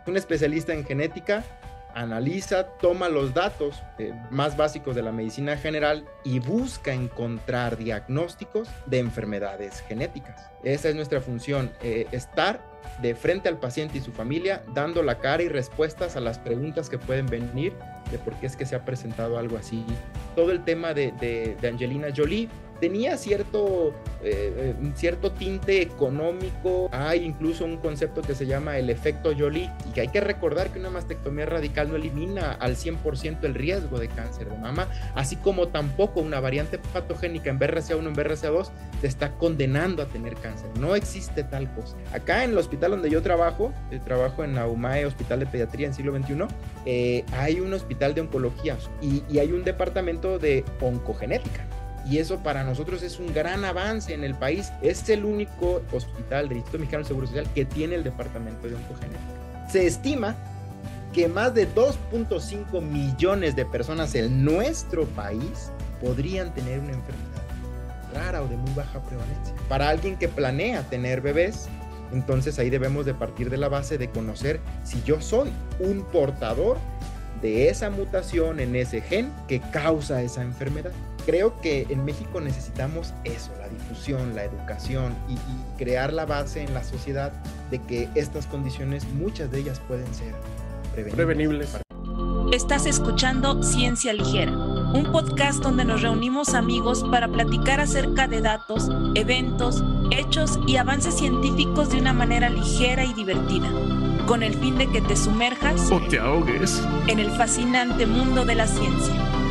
Un especialista en genética analiza, toma los datos más básicos de la medicina general y busca encontrar diagnósticos de enfermedades genéticas. Esa es nuestra función, estar de frente al paciente y su familia, dando la cara y respuestas a las preguntas que pueden venir de por qué es que se ha presentado algo así. Todo el tema de Angelina Jolie tenía cierto tinte económico. Hay incluso un concepto que se llama el efecto Jolie, y que hay que recordar que una mastectomía radical no elimina al 100% el riesgo de cáncer de mama, así como tampoco una variante patogénica en BRCA1 en BRCA2 te está condenando a tener cáncer. No existe tal cosa. Acá en el hospital donde yo trabajo en la UMAE, Hospital de Pediatría en siglo XXI, hay un hospital de oncología y hay un departamento de oncogenética. Y eso para nosotros es un gran avance en el país. Es el único hospital del Instituto Mexicano del Seguro Social que tiene el departamento de oncogenética. Se estima que más de 2.5 millones de personas en nuestro país podrían tener una enfermedad rara o de muy baja prevalencia. Para alguien que planea tener bebés, entonces ahí debemos de partir de la base de conocer si yo soy un portador de esa mutación en ese gen que causa esa enfermedad. Creo que en México necesitamos eso, la difusión, la educación y crear la base en la sociedad de que estas condiciones, muchas de ellas pueden ser prevenibles. Estás escuchando Ciencia Ligera, un podcast donde nos reunimos amigos para platicar acerca de datos, eventos, hechos y avances científicos de una manera ligera y divertida, con el fin de que te sumerjas o te ahogues en el fascinante mundo de la ciencia.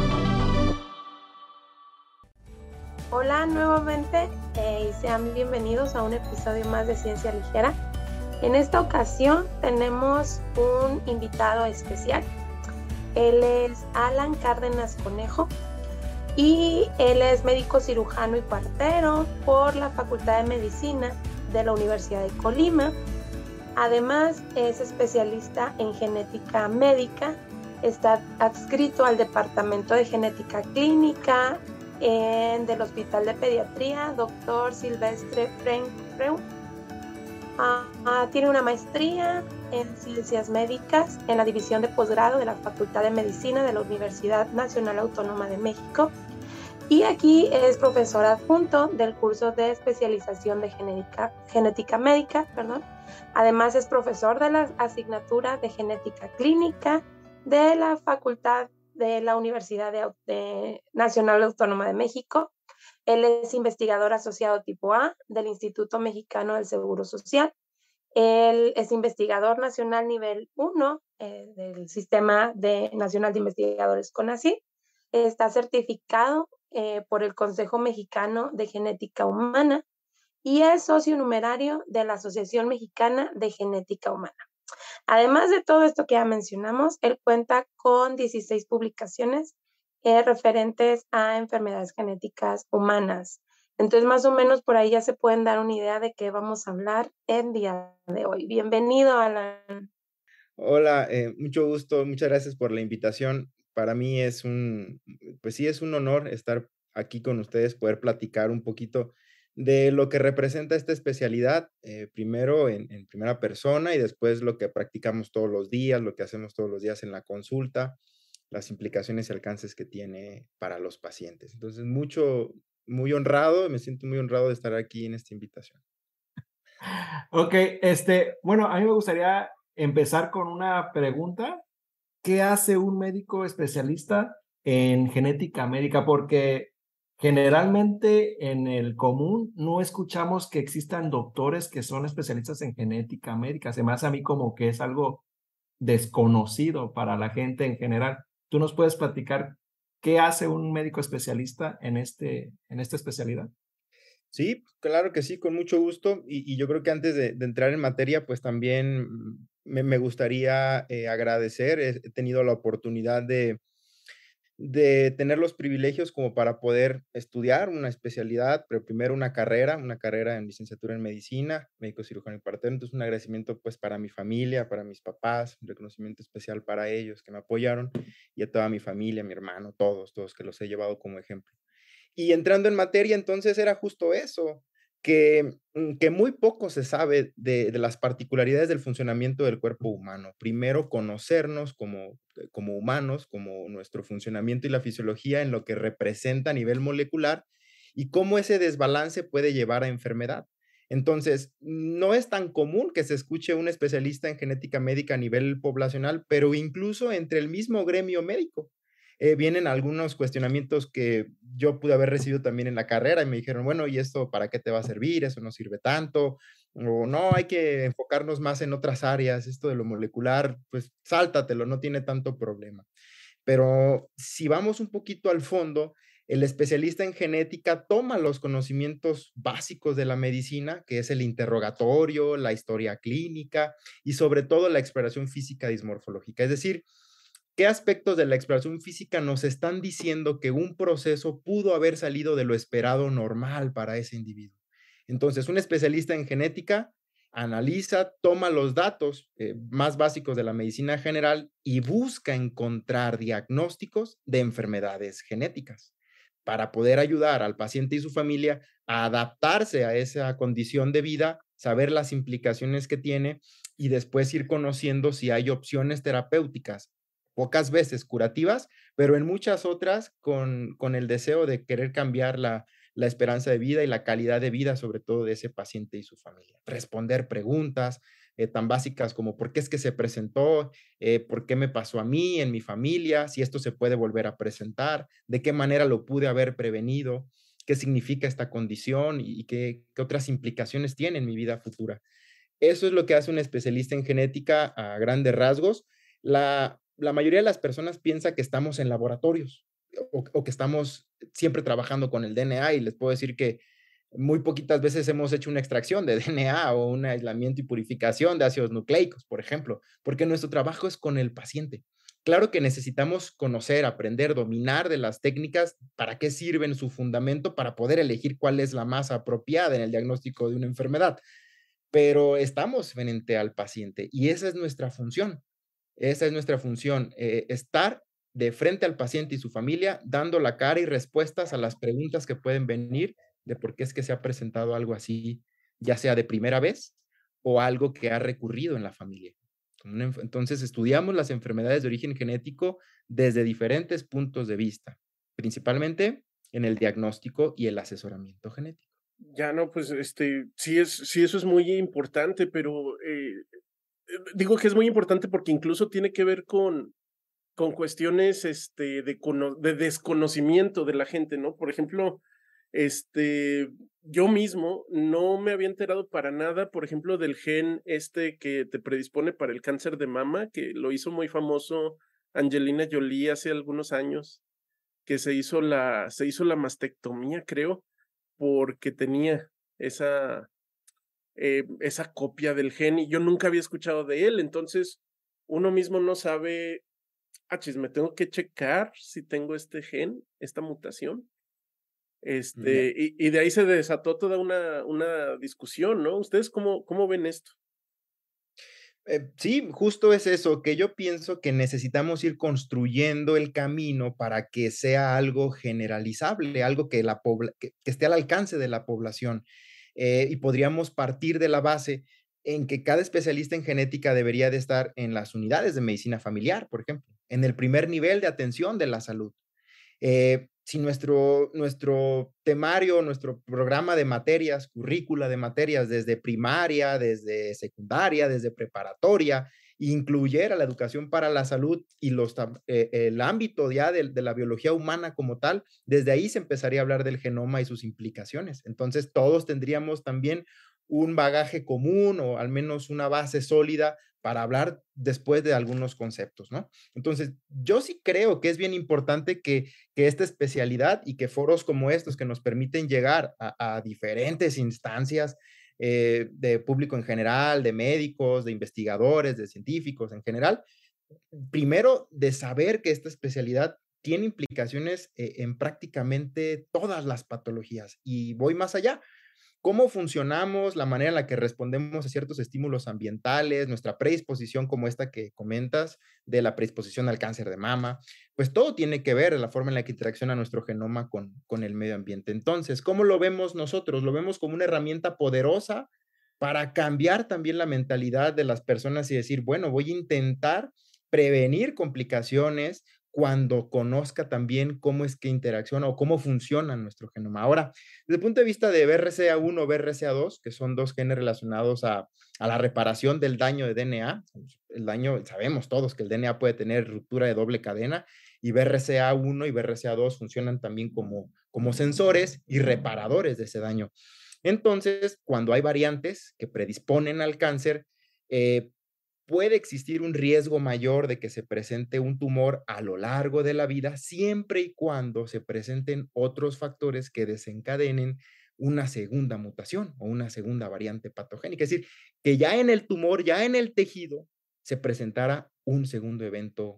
Hola nuevamente y sean bienvenidos a un episodio más de Ciencia Ligera. En esta ocasión tenemos un invitado especial. Él es Alan Cárdenas Conejo y él es médico cirujano y partero por la Facultad de Medicina de la Universidad de Colima. Además es especialista en genética médica, está adscrito al Departamento de Genética Clínica del Hospital de Pediatría Dr. Silvestre Freud. Tiene una maestría en Ciencias Médicas en la División de Posgrado de la Facultad de Medicina de la Universidad Nacional Autónoma de México y aquí es profesor adjunto del curso de especialización de genética médica. Además es profesor de la asignatura de Genética Clínica de la Facultad de la Universidad Nacional Autónoma de México. Él es investigador asociado tipo A del Instituto Mexicano del Seguro Social. Él es investigador nacional nivel 1 del Sistema Nacional de Investigadores CONACYT. Está certificado por el Consejo Mexicano de Genética Humana y es socio numerario de la Asociación Mexicana de Genética Humana. Además de todo esto que ya mencionamos, él cuenta con 16 publicaciones referentes a enfermedades genéticas humanas. Entonces, más o menos por ahí ya se pueden dar una idea de qué vamos a hablar el día de hoy. Bienvenido, Alan. Hola, mucho gusto, muchas gracias por la invitación. Para mí es pues sí, es un honor estar aquí con ustedes, poder platicar un poquito de lo que representa esta especialidad, primero en primera persona y después lo que practicamos todos los días, lo que hacemos todos los días en la consulta, las implicaciones y alcances que tiene para los pacientes. Entonces, muy honrado, me siento muy honrado de estar aquí en esta invitación. Ok, bueno, a mí me gustaría empezar con una pregunta. ¿Qué hace un médico especialista en genética médica? Porque generalmente en el común no escuchamos que existan doctores que son especialistas en genética médica. Se me hace a mí como que es algo desconocido para la gente en general. ¿Tú nos puedes platicar qué hace un médico especialista en esta especialidad? Sí, claro que sí, con mucho gusto. Y yo creo que antes de entrar en materia, pues también me gustaría agradecer. He tenido la oportunidad de tener los privilegios como para poder estudiar una especialidad, pero primero una carrera en licenciatura en medicina, médico cirujano y partero. Entonces, un agradecimiento pues para mi familia, para mis papás, un reconocimiento especial para ellos que me apoyaron y a toda mi familia, mi hermano, todos que los he llevado como ejemplo. Y entrando en materia, entonces era justo eso, que muy poco se sabe de las particularidades del funcionamiento del cuerpo humano. Primero, conocernos como humanos, como nuestro funcionamiento y la fisiología en lo que representa a nivel molecular y cómo ese desbalance puede llevar a enfermedad. Entonces, no es tan común que se escuche un especialista en genética médica a nivel poblacional, pero incluso entre el mismo gremio médico. Vienen algunos cuestionamientos que yo pude haber recibido también en la carrera y me dijeron, bueno, ¿y esto para qué te va a servir? Eso no sirve tanto. O no, hay que enfocarnos más en otras áreas. Esto de lo molecular, pues sáltatelo, no tiene tanto problema. Pero si vamos un poquito al fondo, el especialista en genética toma los conocimientos básicos de la medicina, que es el interrogatorio, la historia clínica y sobre todo la exploración física dismorfológica. Es decir, ¿qué aspectos de la exploración física nos están diciendo que un proceso pudo haber salido de lo esperado normal para ese individuo? Entonces, un especialista en genética analiza, toma los datos más básicos de la medicina general y busca encontrar diagnósticos de enfermedades genéticas para poder ayudar al paciente y su familia a adaptarse a esa condición de vida, saber las implicaciones que tiene y después ir conociendo si hay opciones terapéuticas, pocas veces curativas, pero en muchas otras con el deseo de querer cambiar la esperanza de vida y la calidad de vida, sobre todo de ese paciente y su familia. Responder preguntas tan básicas como por qué es que se presentó, por qué me pasó a mí, en mi familia, si esto se puede volver a presentar, de qué manera lo pude haber prevenido, qué significa esta condición y qué otras implicaciones tiene en mi vida futura. Eso es lo que hace un especialista en genética a grandes rasgos. La mayoría de las personas piensa que estamos en laboratorios o que estamos siempre trabajando con el DNA y les puedo decir que muy poquitas veces hemos hecho una extracción de DNA o un aislamiento y purificación de ácidos nucleicos, por ejemplo, porque nuestro trabajo es con el paciente. Claro que necesitamos conocer, aprender, dominar de las técnicas, para qué sirven, su fundamento, para poder elegir cuál es la más apropiada en el diagnóstico de una enfermedad, pero estamos frente al paciente y esa es nuestra función. Esa es nuestra función, estar de frente al paciente y su familia, dando la cara y respuestas a las preguntas que pueden venir de por qué es que se ha presentado algo así, ya sea de primera vez o algo que ha recurrido en la familia. Entonces, estudiamos las enfermedades de origen genético desde diferentes puntos de vista, principalmente en el diagnóstico y el asesoramiento genético. Ya no, pues, sí, eso es muy importante, pero, digo que es muy importante porque incluso tiene que ver con cuestiones, de desconocimiento de la gente, ¿no? Por ejemplo, yo mismo no me había enterado para nada, por ejemplo, del gen que te predispone para el cáncer de mama, que lo hizo muy famoso Angelina Jolie hace algunos años, que se hizo la mastectomía, creo, porque tenía esa copia del gen y yo nunca había escuchado de él. Entonces, uno mismo no sabe, me tengo que checar si tengo este gen, esta mutación. Y de ahí se desató toda una discusión, ¿no? ¿Ustedes cómo ven esto? Sí, justo es eso, que yo pienso que necesitamos ir construyendo el camino para que sea algo generalizable, algo que esté al alcance de la población. Y podríamos partir de la base en que cada especialista en genética debería de estar en las unidades de medicina familiar, por ejemplo, en el primer nivel de atención de la salud. Si nuestro temario, nuestro programa de materias, currícula de materias desde primaria, desde secundaria, desde preparatoria, incluyera la educación para la salud y el ámbito ya de la biología humana como tal, desde ahí se empezaría a hablar del genoma y sus implicaciones. Entonces, todos tendríamos también un bagaje común o al menos una base sólida para hablar después de algunos conceptos, ¿no? Entonces, yo sí creo que es bien importante que esta especialidad y que foros como estos que nos permiten llegar a diferentes instancias de público en general, de médicos, de investigadores, de científicos en general, primero de saber que esta especialidad tiene implicaciones en prácticamente todas las patologías. Y voy más allá. cómo funcionamos, la manera en la que respondemos a ciertos estímulos ambientales, nuestra predisposición como esta que comentas, de la predisposición al cáncer de mama, pues todo tiene que ver en la forma en la que interacciona nuestro genoma con el medio ambiente. Entonces, ¿cómo lo vemos nosotros? Lo vemos como una herramienta poderosa para cambiar también la mentalidad de las personas y decir, bueno, voy a intentar prevenir complicaciones cuando conozca también cómo es que interacciona o cómo funciona nuestro genoma. Ahora, desde el punto de vista de BRCA1 o BRCA2, que son dos genes relacionados a la reparación del daño de DNA, el daño, sabemos todos que el DNA puede tener ruptura de doble cadena, y BRCA1 y BRCA2 funcionan también como sensores y reparadores de ese daño. Entonces, cuando hay variantes que predisponen al cáncer, puede existir un riesgo mayor de que se presente un tumor a lo largo de la vida, siempre y cuando se presenten otros factores que desencadenen una segunda mutación o una segunda variante patogénica. Es decir, que ya en el tumor, ya en el tejido, se presentara un segundo evento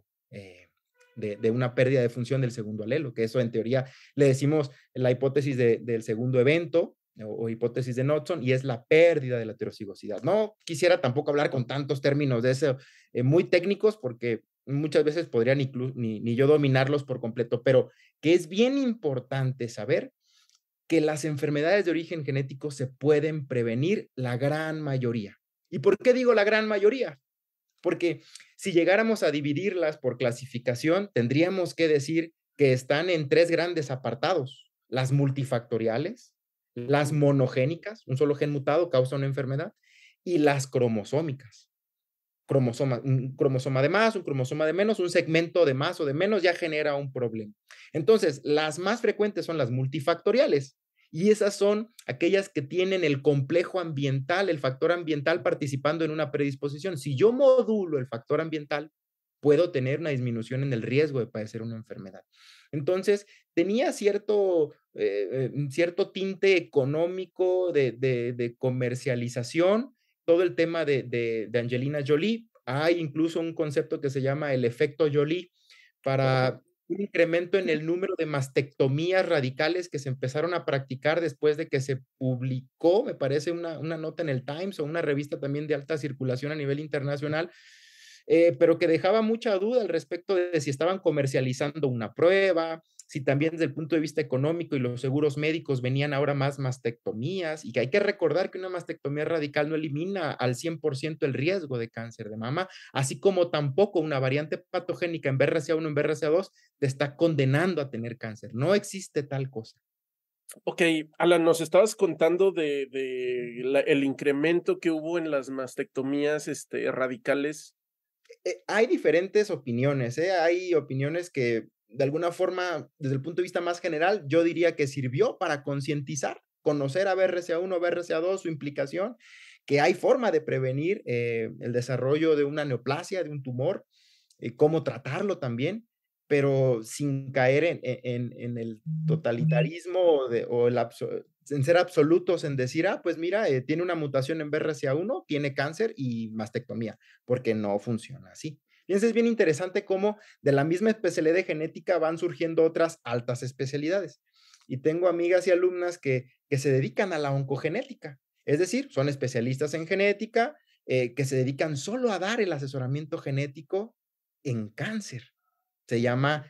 de una pérdida de función del segundo alelo, que eso en teoría le decimos la hipótesis del segundo evento, o hipótesis de Knudson, y es la pérdida de la heterocigosidad. No quisiera tampoco hablar con tantos términos de eso, muy técnicos, porque muchas veces podría ni yo dominarlos por completo, pero que es bien importante saber que las enfermedades de origen genético se pueden prevenir la gran mayoría. ¿Y por qué digo la gran mayoría? Porque si llegáramos a dividirlas por clasificación, tendríamos que decir que están en tres grandes apartados: las multifactoriales, las monogénicas, un solo gen mutado causa una enfermedad, y las cromosómicas. Un cromosoma de más, un cromosoma de menos, un segmento de más o de menos ya genera un problema. Entonces, las más frecuentes son las multifactoriales, y esas son aquellas que tienen el complejo ambiental, el factor ambiental participando en una predisposición. Si yo modulo el factor ambiental, puedo tener una disminución en el riesgo de padecer una enfermedad. Entonces, tenía cierto tinte económico de comercialización, todo el tema de Angelina Jolie. Hay incluso un concepto que se llama el efecto Jolie para un incremento en el número de mastectomías radicales que se empezaron a practicar después de que se publicó, me parece, una nota en el Times o una revista también de alta circulación a nivel internacional, pero que dejaba mucha duda al respecto de si estaban comercializando una prueba, si también desde el punto de vista económico y los seguros médicos venían ahora más mastectomías, y que hay que recordar que una mastectomía radical no elimina al 100% el riesgo de cáncer de mama, así como tampoco una variante patogénica en BRCA1, en BRCA2, te está condenando a tener cáncer. No existe tal cosa. Ok, Alan, nos estabas contando el incremento que hubo en las mastectomías radicales. Hay diferentes opiniones, hay opiniones que de alguna forma, desde el punto de vista más general, yo diría que sirvió para concientizar, conocer a BRCA1, BRCA2, su implicación, que hay forma de prevenir el desarrollo de una neoplasia, de un tumor, cómo tratarlo también, pero sin caer en el totalitarismo en ser absolutos, en decir, pues mira, tiene una mutación en BRCA1, tiene cáncer y mastectomía, porque no funciona así. Fíjense, es bien interesante cómo de la misma especialidad de genética van surgiendo otras altas especialidades. Y tengo amigas y alumnas que se dedican a la oncogenética, es decir, son especialistas en genética, que se dedican solo a dar el asesoramiento genético en cáncer. Se llama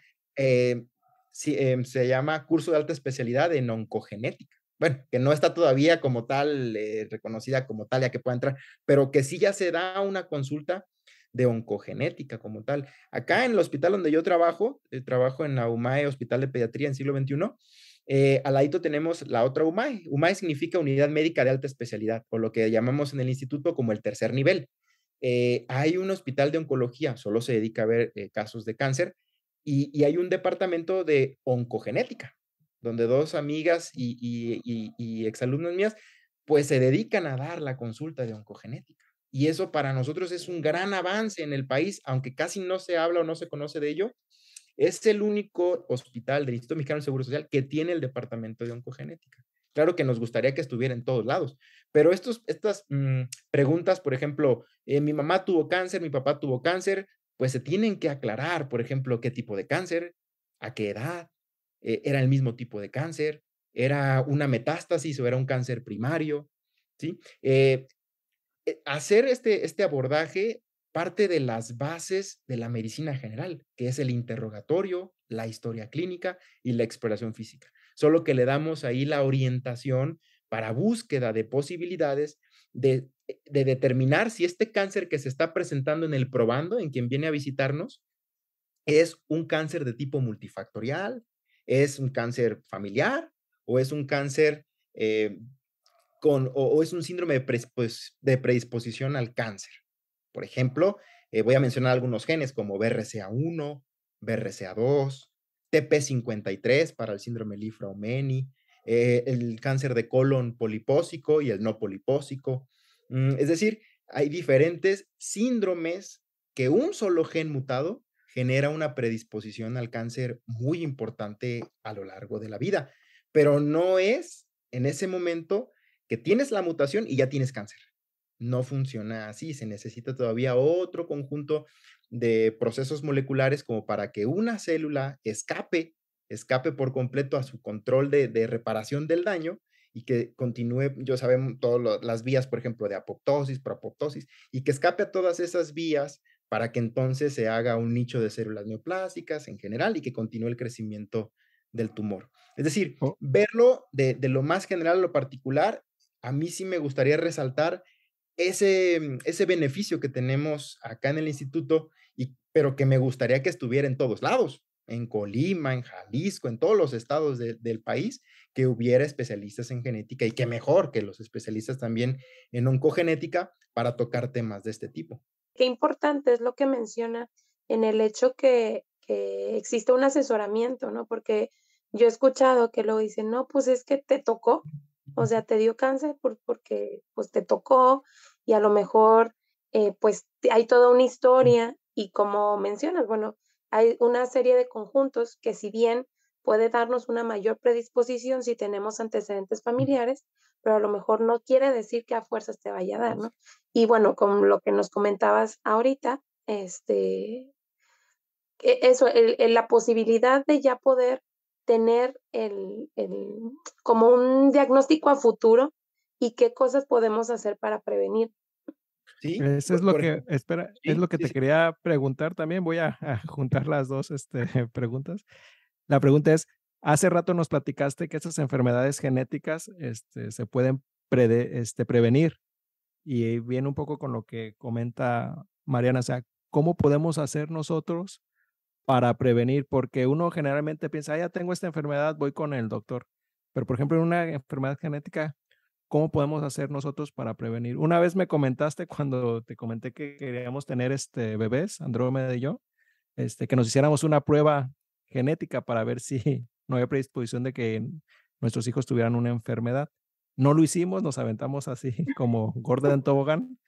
curso de alta especialidad en oncogenética. Bueno, que no está todavía como tal, reconocida como tal, ya que pueda entrar, pero que sí ya se da una consulta de oncogenética como tal. Acá en el hospital donde yo trabajo en la UMAE, Hospital de Pediatría en siglo XXI, al ladito tenemos la otra UMAE. UMAE significa Unidad Médica de Alta Especialidad, o lo que llamamos en el instituto como el tercer nivel. Hay un hospital de oncología, solo se dedica a ver casos de cáncer, y hay un departamento de oncogenética, donde dos amigas y exalumnas mías, pues se dedican a dar la consulta de oncogenética. Y eso para nosotros es un gran avance en el país, aunque casi no se habla o no se conoce de ello. Es el único hospital del Instituto Mexicano del Seguro Social que tiene el departamento de oncogenética. Claro que nos gustaría que estuviera en todos lados, pero estas preguntas, por ejemplo, mi mamá tuvo cáncer, mi papá tuvo cáncer, pues se tienen que aclarar, por ejemplo, qué tipo de cáncer, a qué edad, era el mismo tipo de cáncer, era una metástasis o era un cáncer primario, ¿sí? Hacer este abordaje parte de las bases de la medicina general, que es el interrogatorio, la historia clínica y la exploración física. Solo que le damos ahí la orientación para búsqueda de posibilidades de determinar si este cáncer que se está presentando en el probando, en quien viene a visitarnos, es un cáncer de tipo multifactorial, es un cáncer familiar o es un cáncer o es un síndrome de predisposición al cáncer. Por ejemplo, voy a mencionar algunos genes como BRCA1, BRCA2, TP53 para el síndrome Li-Fraumeni, el cáncer de colon polipósico y el no polipósico. Es decir, hay diferentes síndromes que un solo gen mutado genera una predisposición al cáncer muy importante a lo largo de la vida, pero no es en ese momento que tienes la mutación y ya tienes cáncer. No funciona así, se necesita todavía otro conjunto de procesos moleculares como para que una célula escape por completo a su control de reparación del daño y que continúe, ya sabemos, todas las vías, por ejemplo, de apoptosis, proapoptosis, y que escape a todas esas vías para que entonces se haga un nicho de células neoplásicas en general y que continúe el crecimiento del tumor. Es decir, verlo de lo más general a lo particular, a mí sí me gustaría resaltar ese beneficio que tenemos acá en el instituto, pero que me gustaría que estuviera en todos lados, en Colima, en Jalisco, en todos los estados del país, que hubiera especialistas en genética y que mejor que los especialistas también en oncogenética para tocar temas de este tipo. Qué importante es lo que menciona en el hecho que existe un asesoramiento, ¿no? Porque yo he escuchado que lo dicen, no, pues es que te tocó, o sea, te dio cáncer porque pues te tocó y a lo mejor pues hay toda una historia y como mencionas, bueno, hay una serie de conjuntos que si bien puede darnos una mayor predisposición si tenemos antecedentes familiares, pero a lo mejor no quiere decir que a fuerzas te vaya a dar, ¿no? Y bueno, con lo que nos comentabas ahorita, eso, la posibilidad de ya poder tener como un diagnóstico a futuro y qué cosas podemos hacer para prevenir. Sí, Eso es lo por que, ejemplo, espera, es sí, lo que sí, te sí. quería preguntar también. Voy a juntar las dos preguntas. La pregunta es, hace rato nos platicaste que estas enfermedades genéticas se pueden prevenir y viene un poco con lo que comenta Mariana, o sea, ¿cómo podemos hacer nosotros para prevenir? Porque uno generalmente piensa, ya tengo esta enfermedad, voy con el doctor. Pero, por ejemplo, en una enfermedad genética, ¿cómo podemos hacer nosotros para prevenir? Una vez me comentaste cuando te comenté que queríamos tener bebés, Andrómeda y yo, que nos hiciéramos una prueba genética para ver si no había predisposición de que nuestros hijos tuvieran una enfermedad. No lo hicimos, nos aventamos así como gorda en tobogán,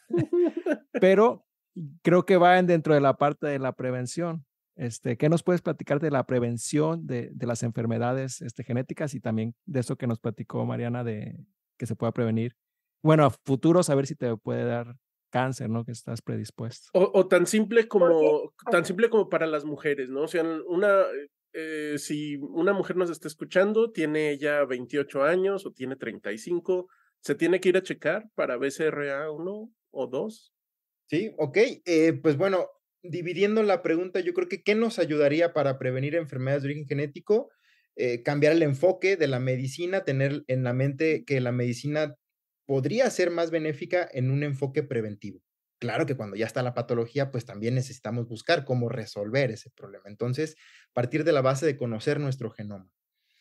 pero creo que va dentro de la parte de la prevención. ¿Qué nos puedes platicar de la prevención de las enfermedades genéticas y también de eso que nos platicó Mariana de que se pueda prevenir? Bueno, a futuro saber si te puede dar cáncer, ¿no? Que estás predispuesto. O tan simple Porque, como para las mujeres, ¿no? O sea, si una mujer nos está escuchando, tiene ya 28 años o tiene 35, ¿se tiene que ir a checar para BCRA1 o 2? Sí, ok. Pues bueno, dividiendo la pregunta, yo creo que ¿qué nos ayudaría para prevenir enfermedades de origen genético? Cambiar el enfoque de la medicina, tener en la mente que la medicina podría ser más benéfica en un enfoque preventivo. Claro que cuando ya está la patología, pues también necesitamos buscar cómo resolver ese problema. Entonces, partir de la base de conocer nuestro genoma.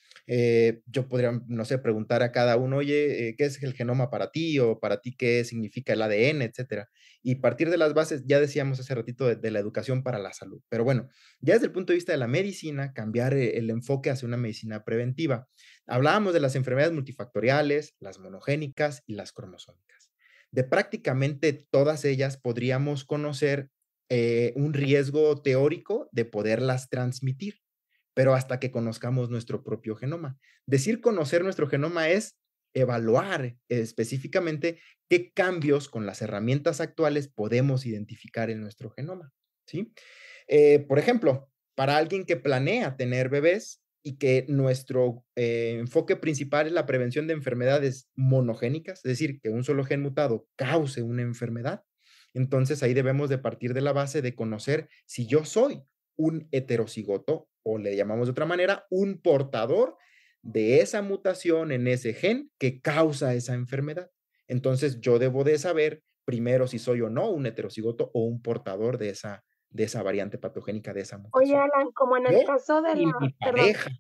Yo podría, no sé, preguntar a cada uno, oye, ¿qué es el genoma para ti? O para ti, ¿qué significa el ADN, etcétera? Y partir de las bases, ya decíamos hace ratito, de la educación para la salud. Pero bueno, ya desde el punto de vista de la medicina, cambiar el enfoque hacia una medicina preventiva. Hablábamos de las enfermedades multifactoriales, las monogénicas y las cromosómicas. De prácticamente todas ellas podríamos conocer un riesgo teórico de poderlas transmitir, pero hasta que conozcamos nuestro propio genoma. Decir conocer nuestro genoma es evaluar específicamente qué cambios con las herramientas actuales podemos identificar en nuestro genoma, ¿sí? Por ejemplo, para alguien que planea tener bebés, y que nuestro enfoque principal es la prevención de enfermedades monogénicas, es decir, que un solo gen mutado cause una enfermedad, entonces ahí debemos de partir de la base de conocer si yo soy un heterocigoto o le llamamos de otra manera, un portador de esa mutación en ese gen que causa esa enfermedad. Entonces yo debo de saber primero si soy o no un heterocigoto o un portador de esa variante patogénica, de esa Oye, mutación. Alan, como en el Yo caso de y la, mi perdón, pareja.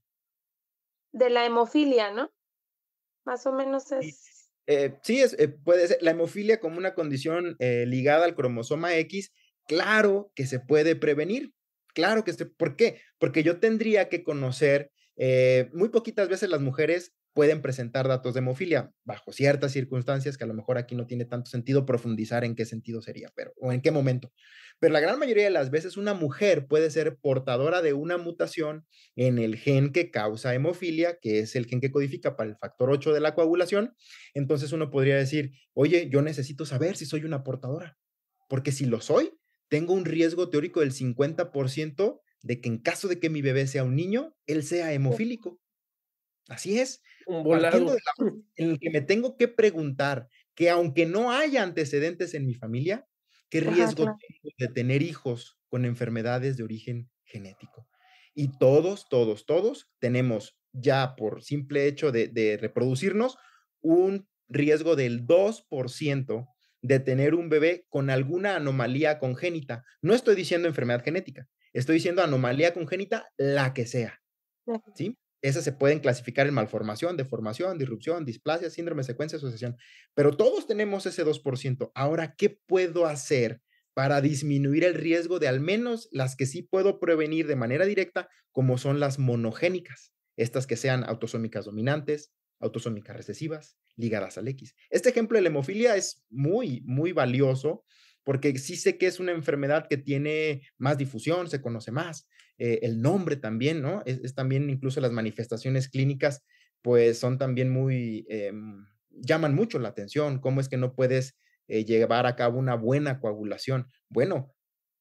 de la hemofilia, ¿no? Más o menos es. Sí, puede ser la hemofilia como una condición ligada al cromosoma X, claro que se puede prevenir, claro que ¿por qué? Porque yo tendría que conocer, muy poquitas veces las mujeres pueden presentar datos de hemofilia, bajo ciertas circunstancias que a lo mejor aquí no tiene tanto sentido profundizar en qué sentido sería, pero, o en qué momento. Pero la gran mayoría de las veces una mujer puede ser portadora de una mutación en el gen que causa hemofilia, que es el gen que codifica para el factor 8 de la coagulación. Entonces uno podría decir, oye, yo necesito saber si soy una portadora, porque si lo soy, tengo un riesgo teórico del 50% de que en caso de que mi bebé sea un niño, él sea hemofílico. Así es, Un partiendo volado. de la base en el que me tengo que preguntar que aunque no haya antecedentes en mi familia, ¿qué Ajá, riesgo claro. tengo de tener hijos con enfermedades de origen genético? Y todos tenemos ya por simple hecho de reproducirnos un riesgo del 2% de tener un bebé con alguna anomalía congénita. No estoy diciendo enfermedad genética, estoy diciendo anomalía congénita, la que sea. ¿Sí? Esas se pueden clasificar en malformación, deformación, disrupción, displasia, síndrome, secuencia, asociación. Pero todos tenemos ese 2%. Ahora, ¿qué puedo hacer para disminuir el riesgo de al menos las que sí puedo prevenir de manera directa, como son las monogénicas? Estas que sean autosómicas dominantes, autosómicas recesivas, ligadas al X. Este ejemplo de la hemofilia es muy, muy valioso porque sí sé que es una enfermedad que tiene más difusión, se conoce más, el nombre también, ¿no? También incluso las manifestaciones clínicas, pues son también muy, llaman mucho la atención, cómo es que no puedes llevar a cabo una buena coagulación. Bueno,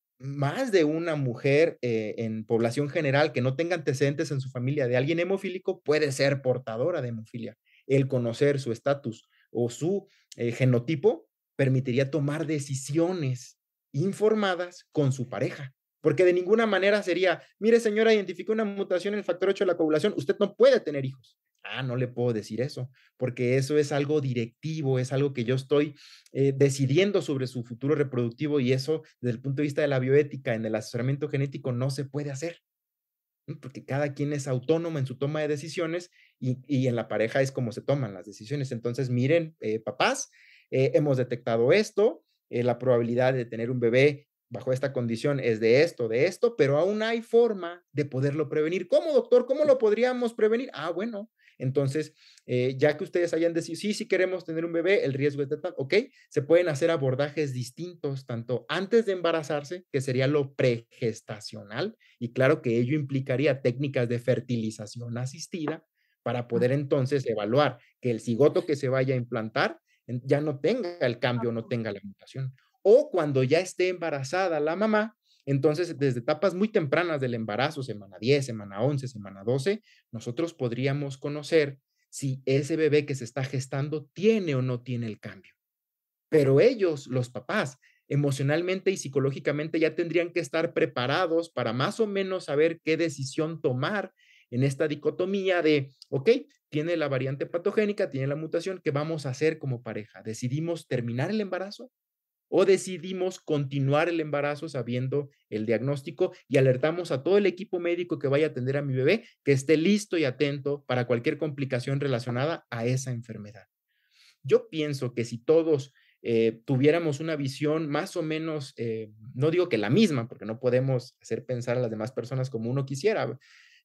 más de una mujer en población general que no tenga antecedentes en su familia de alguien hemofílico puede ser portadora de hemofilia. El conocer su estatus o su genotipo permitiría tomar decisiones informadas con su pareja. Porque de ninguna manera sería, mire señora, identificó una mutación en el factor 8 de la coagulación, usted no puede tener hijos. Ah, no le puedo decir eso, porque eso es algo directivo, es algo que yo estoy decidiendo sobre su futuro reproductivo y eso desde el punto de vista de la bioética en el asesoramiento genético no se puede hacer, ¿no? Porque cada quien es autónomo en su toma de decisiones y en la pareja es como se toman las decisiones. Entonces, miren, papás, hemos detectado esto, la probabilidad de tener un bebé bajo esta condición es de esto, pero aún hay forma de poderlo prevenir. ¿Cómo, doctor? ¿Cómo lo podríamos prevenir? Ah, bueno, entonces, ya que ustedes hayan decidido, sí, sí queremos tener un bebé, el riesgo es de tal, ok, se pueden hacer abordajes distintos, tanto antes de embarazarse, que sería lo pregestacional, y claro que ello implicaría técnicas de fertilización asistida para poder entonces evaluar que el cigoto que se vaya a implantar ya no tenga el cambio, no tenga la mutación. O cuando ya esté embarazada la mamá, entonces desde etapas muy tempranas del embarazo, semana 10, semana 11, semana 12, nosotros podríamos conocer si ese bebé que se está gestando tiene o no tiene el cambio. Pero ellos, los papás, emocionalmente y psicológicamente ya tendrían que estar preparados para más o menos saber qué decisión tomar en esta dicotomía de, ok, tiene la variante patogénica, tiene la mutación, ¿qué vamos a hacer como pareja? ¿Decidimos terminar el embarazo? ¿O decidimos continuar el embarazo sabiendo el diagnóstico y alertamos a todo el equipo médico que vaya a atender a mi bebé que esté listo y atento para cualquier complicación relacionada a esa enfermedad? Yo pienso que si todos tuviéramos una visión más o menos, no digo que la misma, porque no podemos hacer pensar a las demás personas como uno quisiera,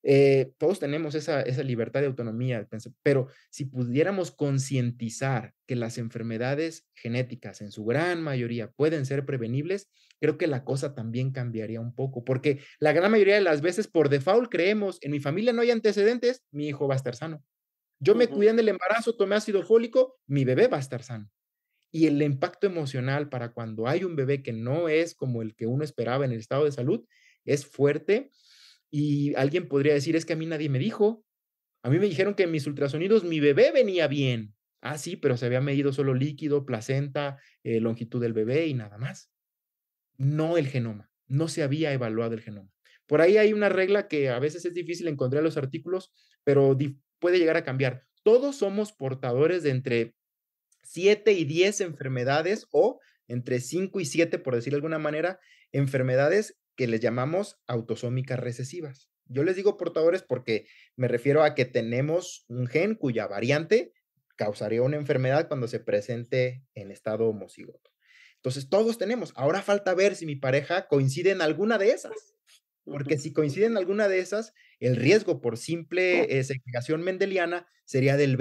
todos tenemos esa libertad de autonomía, pero si pudiéramos concientizar que las enfermedades genéticas en su gran mayoría pueden ser prevenibles, creo que la cosa también cambiaría un poco, porque la gran mayoría de las veces por default creemos, en mi familia no hay antecedentes, mi hijo va a estar sano. Yo me cuidé en el embarazo, tomé ácido fólico, mi bebé va a estar sano. Y el impacto emocional para cuando hay un bebé que no es como el que uno esperaba en el estado de salud es fuerte Y alguien podría decir, es que a mí nadie me dijo. A mí me dijeron que en mis ultrasonidos mi bebé venía bien. Ah, sí, pero se había medido solo líquido, placenta, longitud del bebé y nada más. No el genoma. No se había evaluado el genoma. Por ahí hay una regla que a veces es difícil encontrar en los artículos, pero puede llegar a cambiar. Todos somos portadores de entre 7 y 10 enfermedades o entre 5 y 7, por decir de alguna manera, enfermedades que les llamamos autosómicas recesivas. Yo les digo portadores porque me refiero a que tenemos un gen cuya variante causaría una enfermedad cuando se presente en estado homocigoto. Entonces, todos tenemos. Ahora falta ver si mi pareja coincide en alguna de esas. Porque si coincide en alguna de esas, el riesgo por simple segregación mendeliana sería del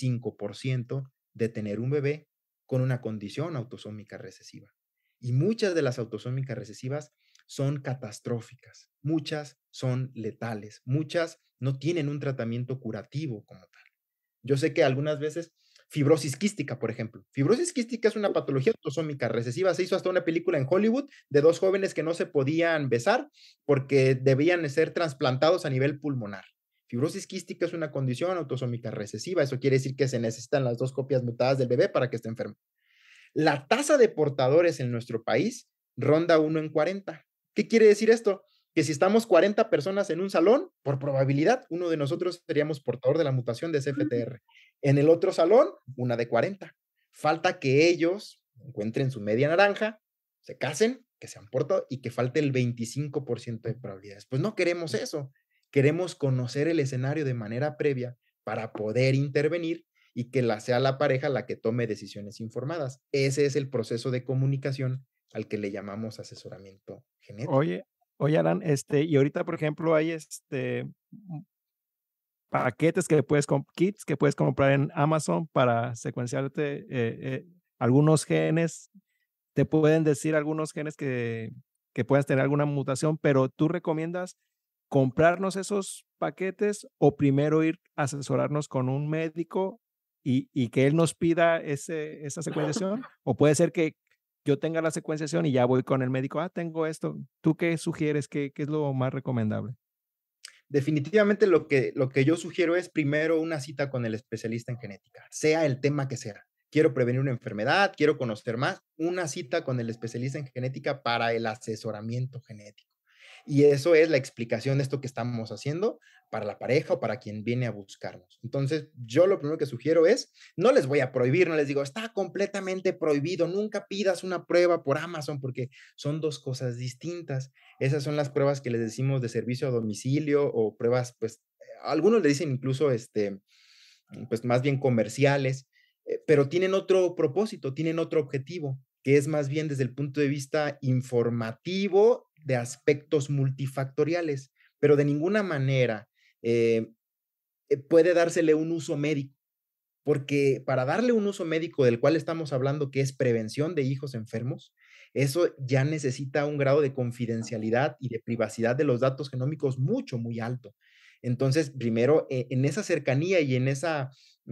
25% de tener un bebé con una condición autosómica recesiva. Y muchas de las autosómicas recesivas son catastróficas, muchas son letales, muchas no tienen un tratamiento curativo como tal. Yo sé que algunas veces fibrosis quística, por ejemplo. Fibrosis quística es una patología autosómica recesiva. Se hizo hasta una película en Hollywood de 2 jóvenes que no se podían besar porque debían ser trasplantados a nivel pulmonar. Fibrosis quística es una condición autosómica recesiva. Eso quiere decir que se necesitan las 2 copias mutadas del bebé para que esté enfermo. La tasa de portadores en nuestro país ronda 1 en 40. ¿Qué quiere decir esto? Que si estamos 40 personas en un salón, por probabilidad, uno de nosotros seríamos portador de la mutación de CFTR. En el otro salón, una de 40. Falta que ellos encuentren su media naranja, se casen, que sean portadores y que falte el 25% de probabilidades. Pues no queremos eso. Queremos conocer el escenario de manera previa para poder intervenir y que sea la pareja la que tome decisiones informadas. Ese es el proceso de comunicación al que le llamamos asesoramiento genético. Oye, Alan, y ahorita, por ejemplo, hay paquetes que kits que puedes comprar en Amazon para secuenciarte algunos genes. Te pueden decir algunos genes que puedas tener alguna mutación, pero ¿tú recomiendas comprarnos esos paquetes o primero ir a asesorarnos con un médico y que él nos pida esa secuenciación? ¿O puede ser que yo tenga la secuenciación y ya voy con el médico, tengo esto? ¿Tú qué sugieres? ¿Qué es lo más recomendable? Definitivamente lo que yo sugiero es primero una cita con el especialista en genética, sea el tema que sea. Quiero prevenir una enfermedad, quiero conocer más, una cita con el especialista en genética para el asesoramiento genético. Y eso es la explicación de esto que estamos haciendo para la pareja o para quien viene a buscarnos. Entonces, yo lo primero que sugiero es, no les voy a prohibir, no les digo, está completamente prohibido, nunca pidas una prueba por Amazon porque son 2 cosas distintas. Esas son las pruebas que les decimos de servicio a domicilio o pruebas, pues, algunos le dicen incluso, pues, más bien comerciales, pero tienen otro propósito, tienen otro objetivo, que es más bien desde el punto de vista informativo de aspectos multifactoriales, pero de ninguna manera puede dársele un uso médico, porque para darle un uso médico del cual estamos hablando, que es prevención de hijos enfermos, eso ya necesita un grado de confidencialidad y de privacidad de los datos genómicos mucho, muy alto. Entonces, primero, en esa cercanía y en esa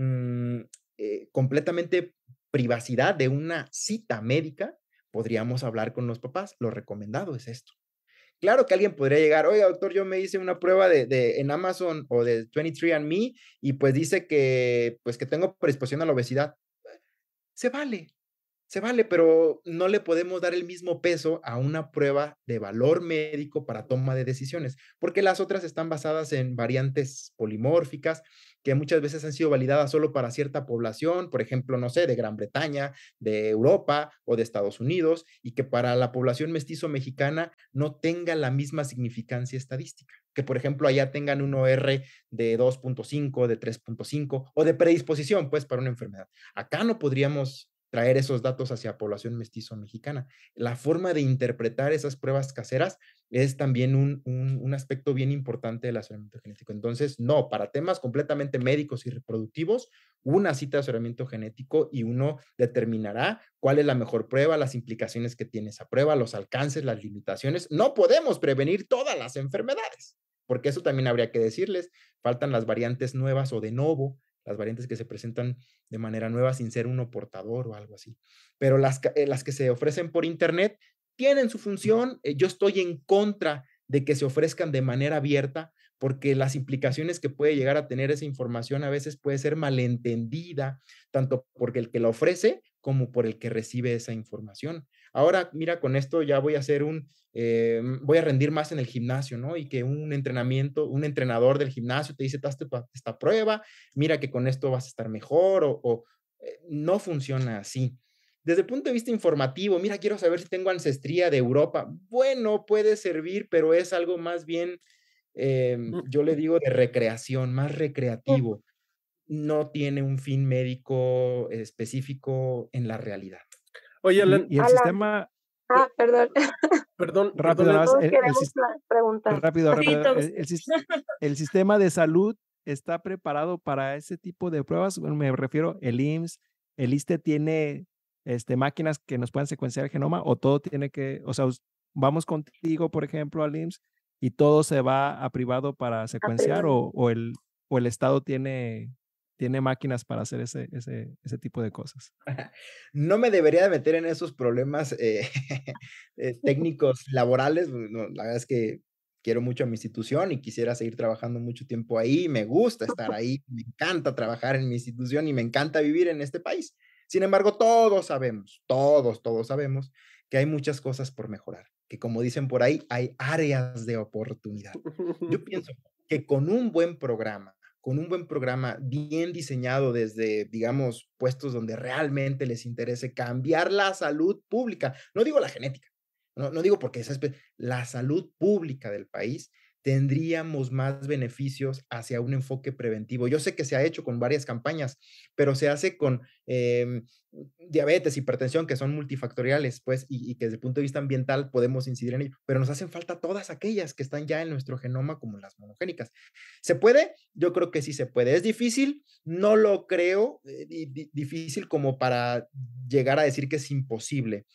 completamente privacidad de una cita médica, podríamos hablar con los papás. Lo recomendado es esto. Claro que alguien podría llegar, oye, doctor, yo me hice una prueba en Amazon o de 23andMe y pues dice que, pues, que tengo predisposición a la obesidad. Se vale, pero no le podemos dar el mismo peso a una prueba de valor médico para toma de decisiones, porque las otras están basadas en variantes polimórficas que muchas veces han sido validadas solo para cierta población, por ejemplo, no sé, de Gran Bretaña, de Europa o de Estados Unidos, y que para la población mestizo mexicana no tenga la misma significancia estadística. Que, por ejemplo, allá tengan un OR de 2.5, de 3.5 o de predisposición, pues, para una enfermedad. Acá no podríamos traer esos datos hacia población mestizo mexicana. La forma de interpretar esas pruebas caseras es también un aspecto bien importante del asesoramiento genético. Entonces, no, para temas completamente médicos y reproductivos, una cita de asesoramiento genético y uno determinará cuál es la mejor prueba, las implicaciones que tiene esa prueba, los alcances, las limitaciones. No podemos prevenir todas las enfermedades, porque eso también habría que decirles. Faltan las variantes nuevas o de novo, las variantes que se presentan de manera nueva sin ser uno portador o algo así. Pero las que se ofrecen por internet tienen su función. Yo estoy en contra de que se ofrezcan de manera abierta, porque las implicaciones que puede llegar a tener esa información a veces puede ser malentendida, tanto por el que la ofrece como por el que recibe esa información. Ahora, mira, con esto ya voy a hacer voy a rendir más en el gimnasio, ¿no? Y que un entrenador del gimnasio te dice, hazte esta prueba, mira que con esto vas a estar mejor, no funciona así. Desde el punto de vista informativo, mira, quiero saber si tengo ancestría de Europa. Bueno, puede servir, pero es algo más bien, yo le digo de recreación, más recreativo. No tiene un fin médico específico en la realidad. Oye, Alan. Y el sistema... Perdón. Perdón. Rápido, nada más. Todos queremos preguntar. Rápido. Sí, El sistema de salud está preparado para ese tipo de pruebas. Bueno, me refiero, el IMSS, el ISSSTE tiene máquinas que nos puedan secuenciar el genoma, o todo tiene que, o sea, vamos contigo, por ejemplo, al IMSS y todo se va a privado para secuenciar, o el Estado tiene máquinas para hacer ese tipo de cosas. No me debería de meter en esos problemas técnicos laborales. No, la verdad es que quiero mucho a mi institución y quisiera seguir trabajando mucho tiempo ahí. Me gusta estar ahí, me encanta trabajar en mi institución y me encanta vivir en este país. Sin embargo, todos sabemos que hay muchas cosas por mejorar, que como dicen por ahí, hay áreas de oportunidad. Yo pienso que con un buen programa bien diseñado desde, digamos, puestos donde realmente les interese cambiar la salud pública, no digo la genética, no digo porque la salud pública del país, tendríamos más beneficios hacia un enfoque preventivo. Yo sé que se ha hecho con varias campañas, pero se hace con diabetes, hipertensión, que son multifactoriales, pues, y que desde el punto de vista ambiental podemos incidir en ello, pero nos hacen falta todas aquellas que están ya en nuestro genoma, como las monogénicas. ¿Se puede? Yo creo que sí se puede. ¿Es difícil? No lo creo difícil como para llegar a decir que es imposible.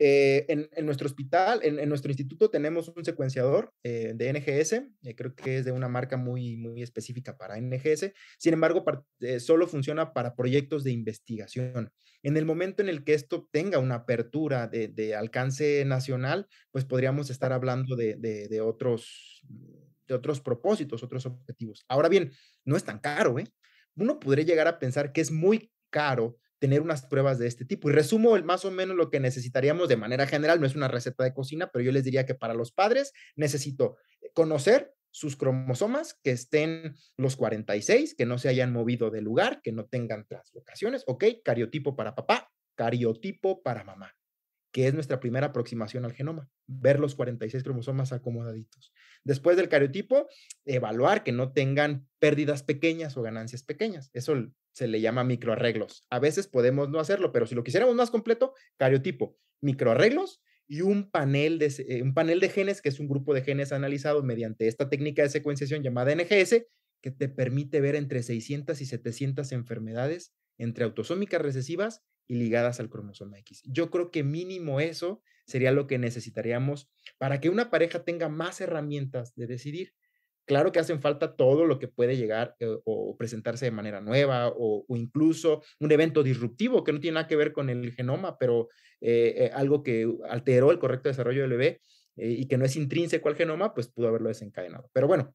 En nuestro hospital, en nuestro instituto tenemos un secuenciador de NGS, creo que es de una marca muy, muy específica para NGS, sin embargo, solo funciona para proyectos de investigación. En el momento en el que esto tenga una apertura de alcance nacional, pues podríamos estar hablando de otros propósitos, otros objetivos. Ahora bien, no es tan caro, ¿eh? Uno podría llegar a pensar que es muy caro tener unas pruebas de este tipo. Y resumo más o menos lo que necesitaríamos de manera general. No es una receta de cocina, pero yo les diría que para los padres necesito conocer sus cromosomas, que estén los 46, que no se hayan movido de lugar, que no tengan translocaciones. Ok, cariotipo para papá, cariotipo para mamá, que es nuestra primera aproximación al genoma, ver los 46 cromosomas acomodaditos. Después del cariotipo, evaluar que no tengan pérdidas pequeñas o ganancias pequeñas. Eso se le llama microarreglos. A veces podemos no hacerlo, pero si lo quisiéramos más completo, cariotipo, microarreglos y un panel de genes, que es un grupo de genes analizado mediante esta técnica de secuenciación llamada NGS, que te permite ver entre 600 y 700 enfermedades entre autosómicas recesivas y ligadas al cromosoma X. Yo creo que mínimo eso sería lo que necesitaríamos para que una pareja tenga más herramientas de decidir. Claro que hacen falta todo lo que puede llegar o presentarse de manera nueva o incluso un evento disruptivo que no tiene nada que ver con el genoma, pero algo que alteró el correcto desarrollo del bebé y que no es intrínseco al genoma, pues pudo haberlo desencadenado. Pero bueno,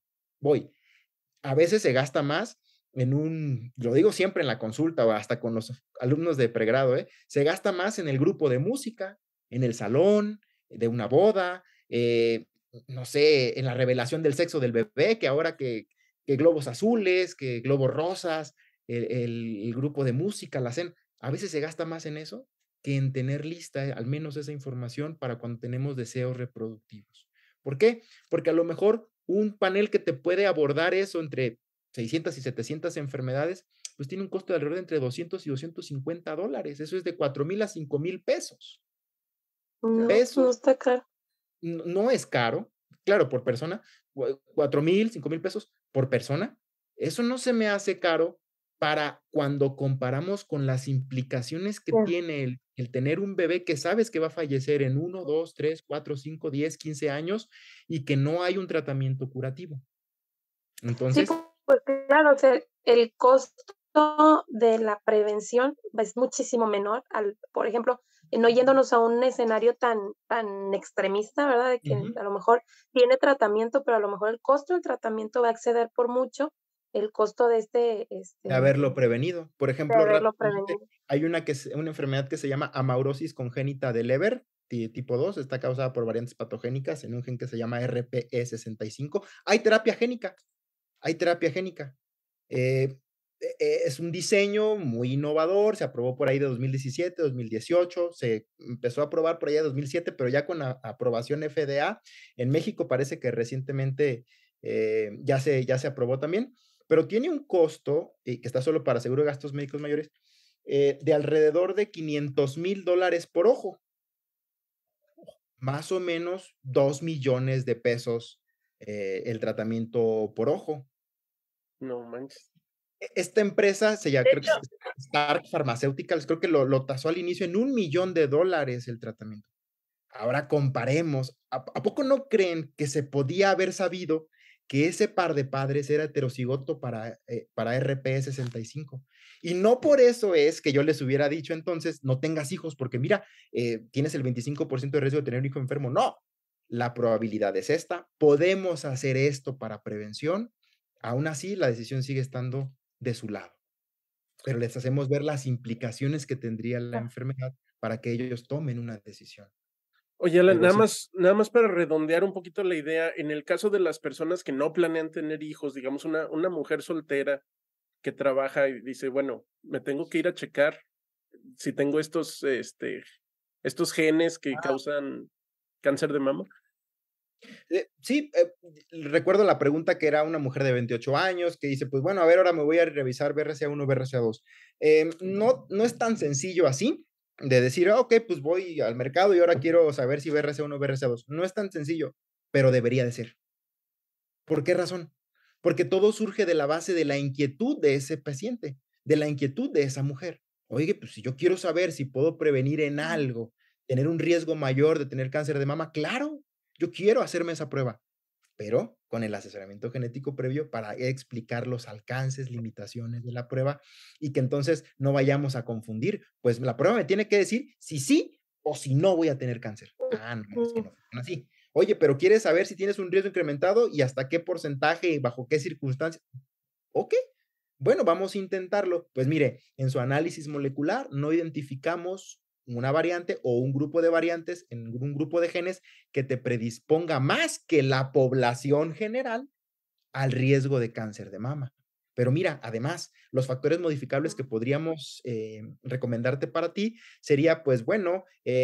a veces se gasta más lo digo siempre en la consulta o hasta con los alumnos de pregrado, se gasta más en el grupo de música, en el salón, de una boda, no sé, en la revelación del sexo del bebé, que ahora que globos azules, que globos rosas, el grupo de música, la cena, a veces se gasta más en eso que en tener lista al menos esa información para cuando tenemos deseos reproductivos. ¿Por qué? Porque a lo mejor un panel que te puede abordar eso entre 600 y 700 enfermedades, pues tiene un costo de alrededor de entre $200 y $250. Eso es de 4,000 a 5,000 pesos. No está caro. No es caro, claro, por persona, 4,000, 5,000 pesos por persona. Eso no se me hace caro para cuando comparamos con las implicaciones que tiene el tener un bebé que sabes que va a fallecer en 1, 2, 3, 4, 5, 10, 15 años y que no hay un tratamiento curativo. Entonces, sí, pues claro, o sea, el costo de la prevención es muchísimo menor. Por ejemplo, no yéndonos a un escenario tan extremista, ¿verdad? De que a lo mejor tiene tratamiento, pero a lo mejor el costo del tratamiento va a exceder por mucho el costo de de haberlo prevenido. Por de ejemplo, haberlo rápidamente, prevenido. hay una enfermedad que se llama amaurosis congénita de Leber, tipo 2, está causada por variantes patogénicas en un gen que se llama RPE65. Hay terapia génica, hay terapia génica. Es un diseño muy innovador, se aprobó por ahí de 2017, 2018, se empezó a aprobar por allá de 2007, pero ya con aprobación FDA. En México parece que recientemente ya se aprobó también, pero tiene un costo, que está solo para seguro de gastos médicos mayores, de alrededor de $500,000 por ojo, más o menos 2 millones de pesos el tratamiento por ojo. No manches. Esta empresa De creo que hecho, es Stark Pharmaceuticals, creo que lo tasó al inicio en $1 millón el tratamiento. Ahora comparemos, ¿a poco no creen que se podía haber sabido que ese par de padres era heterocigoto para RP65? Y no por eso es que yo les hubiera dicho entonces, no tengas hijos, porque mira, tienes el 25% de riesgo de tener un hijo enfermo. No, la probabilidad es esta, podemos hacer esto para prevención, aún así la decisión sigue estando de su lado, pero les hacemos ver las implicaciones que tendría la enfermedad para que ellos tomen una decisión. Oye, Alan, Pero sí, nada más para redondear un poquito la idea, en el caso de las personas que no planean tener hijos, digamos una mujer soltera que trabaja y dice, bueno, me tengo que ir a checar si tengo estos genes que causan cáncer de mama. sí, recuerdo la pregunta que era una mujer de 28 años que dice, pues bueno, a ver, ahora me voy a revisar BRCA1, BRCA2. No es tan sencillo así de decir, ok, pues voy al mercado y ahora quiero saber si BRCA1, BRCA2. No es tan sencillo, pero debería de ser. ¿Por qué razón? Porque todo surge de la base de la inquietud de ese paciente, de la inquietud de esa mujer. Oye, pues si yo quiero saber si puedo prevenir en algo, tener un riesgo mayor de tener cáncer de mama, claro, yo quiero hacerme esa prueba, pero con el asesoramiento genético previo para explicar los alcances, limitaciones de la prueba y que entonces no vayamos a confundir. Pues la prueba me tiene que decir si sí o si no voy a tener cáncer. Ah, no, es que no funciona así. Oye, pero ¿quieres saber si tienes un riesgo incrementado y hasta qué porcentaje y bajo qué circunstancias? Ok, bueno, vamos a intentarlo. Pues mire, en su análisis molecular no identificamos una variante o un grupo de variantes en un grupo de genes que te predisponga más que la población general al riesgo de cáncer de mama. Pero mira, además, los factores modificables que podríamos recomendarte para ti sería, pues bueno,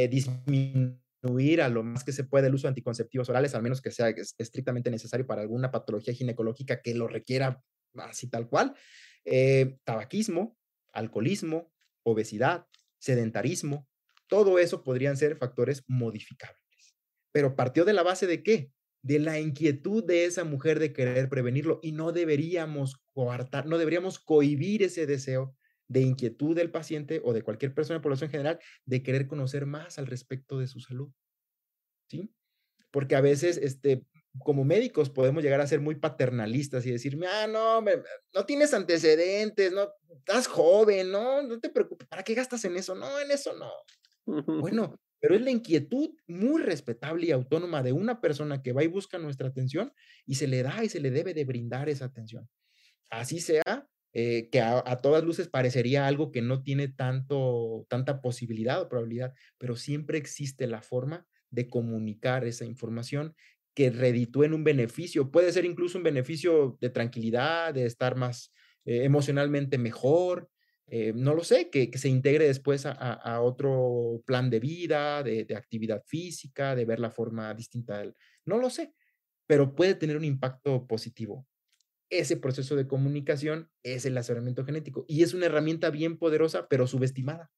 disminuir a lo más que se puede el uso de anticonceptivos orales, al menos que sea estrictamente necesario para alguna patología ginecológica que lo requiera así tal cual. Tabaquismo, alcoholismo, obesidad, sedentarismo, todo eso podrían ser factores modificables. Pero partió de la base de ¿qué? De la inquietud de esa mujer de querer prevenirlo y no deberíamos coartar, no deberíamos cohibir ese deseo de inquietud del paciente o de cualquier persona de la población general de querer conocer más al respecto de su salud, ¿sí? Porque a veces, como médicos podemos llegar a ser muy paternalistas y decirme, no, no tienes antecedentes, no, estás joven, no te preocupes, ¿para qué gastas en eso? No, en eso no. Bueno, pero es la inquietud muy respetable y autónoma de una persona que va y busca nuestra atención y se le da y se le debe de brindar esa atención. Así sea, que a todas luces parecería algo que no tiene tanta posibilidad o probabilidad, pero siempre existe la forma de comunicar esa información que reditúe en un beneficio. Puede ser incluso un beneficio de tranquilidad, de estar más emocionalmente mejor, no lo sé, que se integre después a otro plan de vida, de actividad física, de ver la forma distinta, no lo sé, pero puede tener un impacto positivo. Ese proceso de comunicación es el asesoramiento genético y es una herramienta bien poderosa, pero subestimada.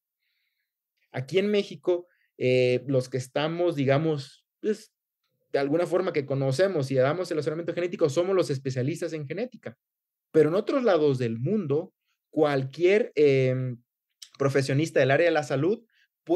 Aquí en México, los que estamos, digamos, pues, de alguna forma que conocemos y damos el asesoramiento genético, somos los especialistas en genética. Pero en otros lados del mundo, cualquier profesionista del área de la salud,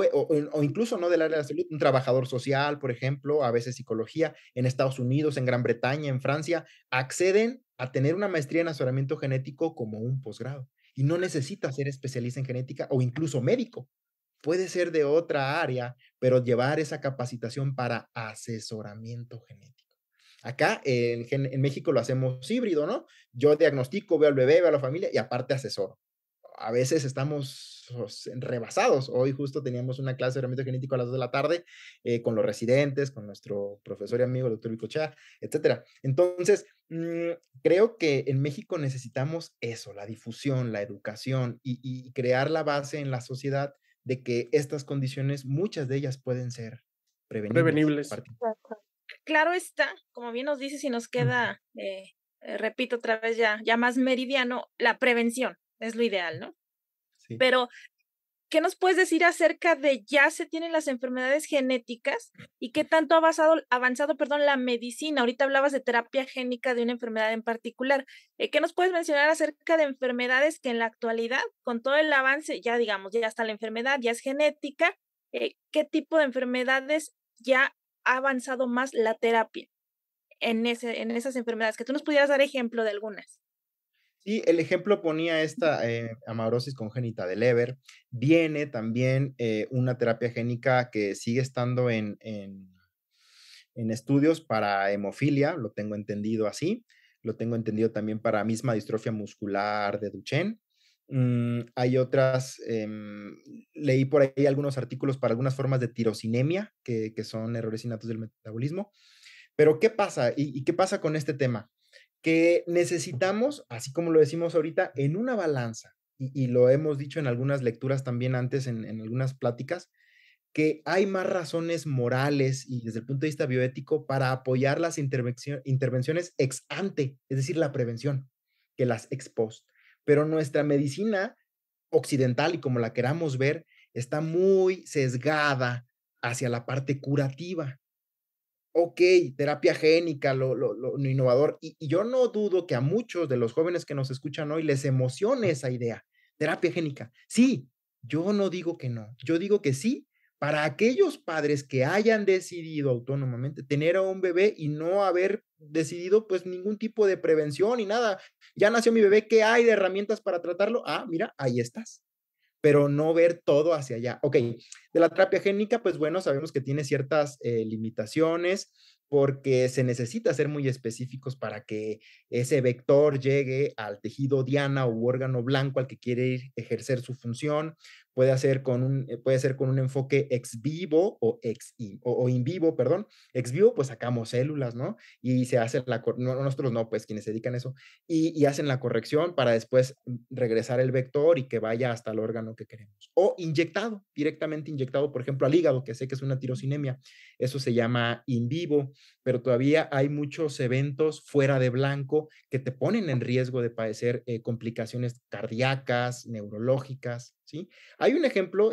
o incluso no del área de la salud, un trabajador social, por ejemplo, a veces psicología, en Estados Unidos, en Gran Bretaña, en Francia, acceden a tener una maestría en asesoramiento genético como un posgrado. Y no necesita ser especialista en genética o incluso médico puede ser de otra área, pero llevar esa capacitación para asesoramiento genético. Acá en México lo hacemos híbrido, ¿no? Yo diagnostico, veo al bebé, veo a la familia y aparte asesoro. A veces estamos rebasados. Hoy justo teníamos una clase de herramienta genético a las 2 de la tarde con los residentes, con nuestro profesor y amigo, el doctor Bicochea, etcétera. Entonces, creo que en México necesitamos eso, la difusión, la educación y crear la base en la sociedad de que estas condiciones, muchas de ellas pueden ser prevenibles. Claro está, como bien nos dices y nos queda, repito otra vez ya más meridiano, la prevención es lo ideal, ¿no? Sí. Pero, ¿qué nos puedes decir acerca de ya se tienen las enfermedades genéticas y qué tanto ha avanzado, la medicina? Ahorita hablabas de terapia génica de una enfermedad en particular. ¿Qué nos puedes mencionar acerca de enfermedades que en la actualidad, con todo el avance, ya digamos, ya está la enfermedad, ya es genética, qué tipo de enfermedades ya ha avanzado más la terapia en esas enfermedades? Que tú nos pudieras dar ejemplo de algunas. Sí, el ejemplo ponía esta amaurosis congénita de Leber. Viene también una terapia génica que sigue estando en estudios para hemofilia, lo tengo entendido así. Lo tengo entendido también para misma distrofia muscular de Duchenne. Hay otras, leí por ahí algunos artículos para algunas formas de tirosinemia, que son errores innatos del metabolismo. Pero, ¿qué pasa? ¿Y qué pasa con este tema? Que necesitamos, así como lo decimos ahorita, en una balanza, y lo hemos dicho en algunas lecturas también antes, en algunas pláticas, que hay más razones morales y desde el punto de vista bioético para apoyar las intervenciones ex ante, es decir, la prevención, que las ex post. Pero nuestra medicina occidental, y como la queramos ver, está muy sesgada hacia la parte curativa. Ok, terapia génica, lo innovador. Y yo no dudo que a muchos de los jóvenes que nos escuchan hoy les emocione esa idea. Terapia génica. Sí, yo no digo que no. Yo digo que sí, para aquellos padres que hayan decidido autónomamente tener a un bebé y no haber decidido pues ningún tipo de prevención y nada. Ya nació mi bebé, ¿qué hay de herramientas para tratarlo? Ah, mira, ahí estás. Pero no ver todo hacia allá. Ok, de la terapia génica, pues bueno, sabemos que tiene ciertas limitaciones porque se necesita ser muy específicos para que ese vector llegue al tejido diana u órgano blanco al que quiere ejercer su función. Puede ser con un enfoque ex vivo o in vivo, perdón. Ex vivo, pues sacamos células, ¿no? Y se hace nosotros no, pues quienes se dedican a eso, y hacen la corrección para después regresar el vector y que vaya hasta el órgano que queremos. O inyectado, directamente inyectado, por ejemplo, al hígado, que sé que es una tirosinemia. Eso se llama in vivo, pero todavía hay muchos eventos fuera de blanco que te ponen en riesgo de padecer complicaciones cardíacas, neurológicas, ¿sí? Hay un ejemplo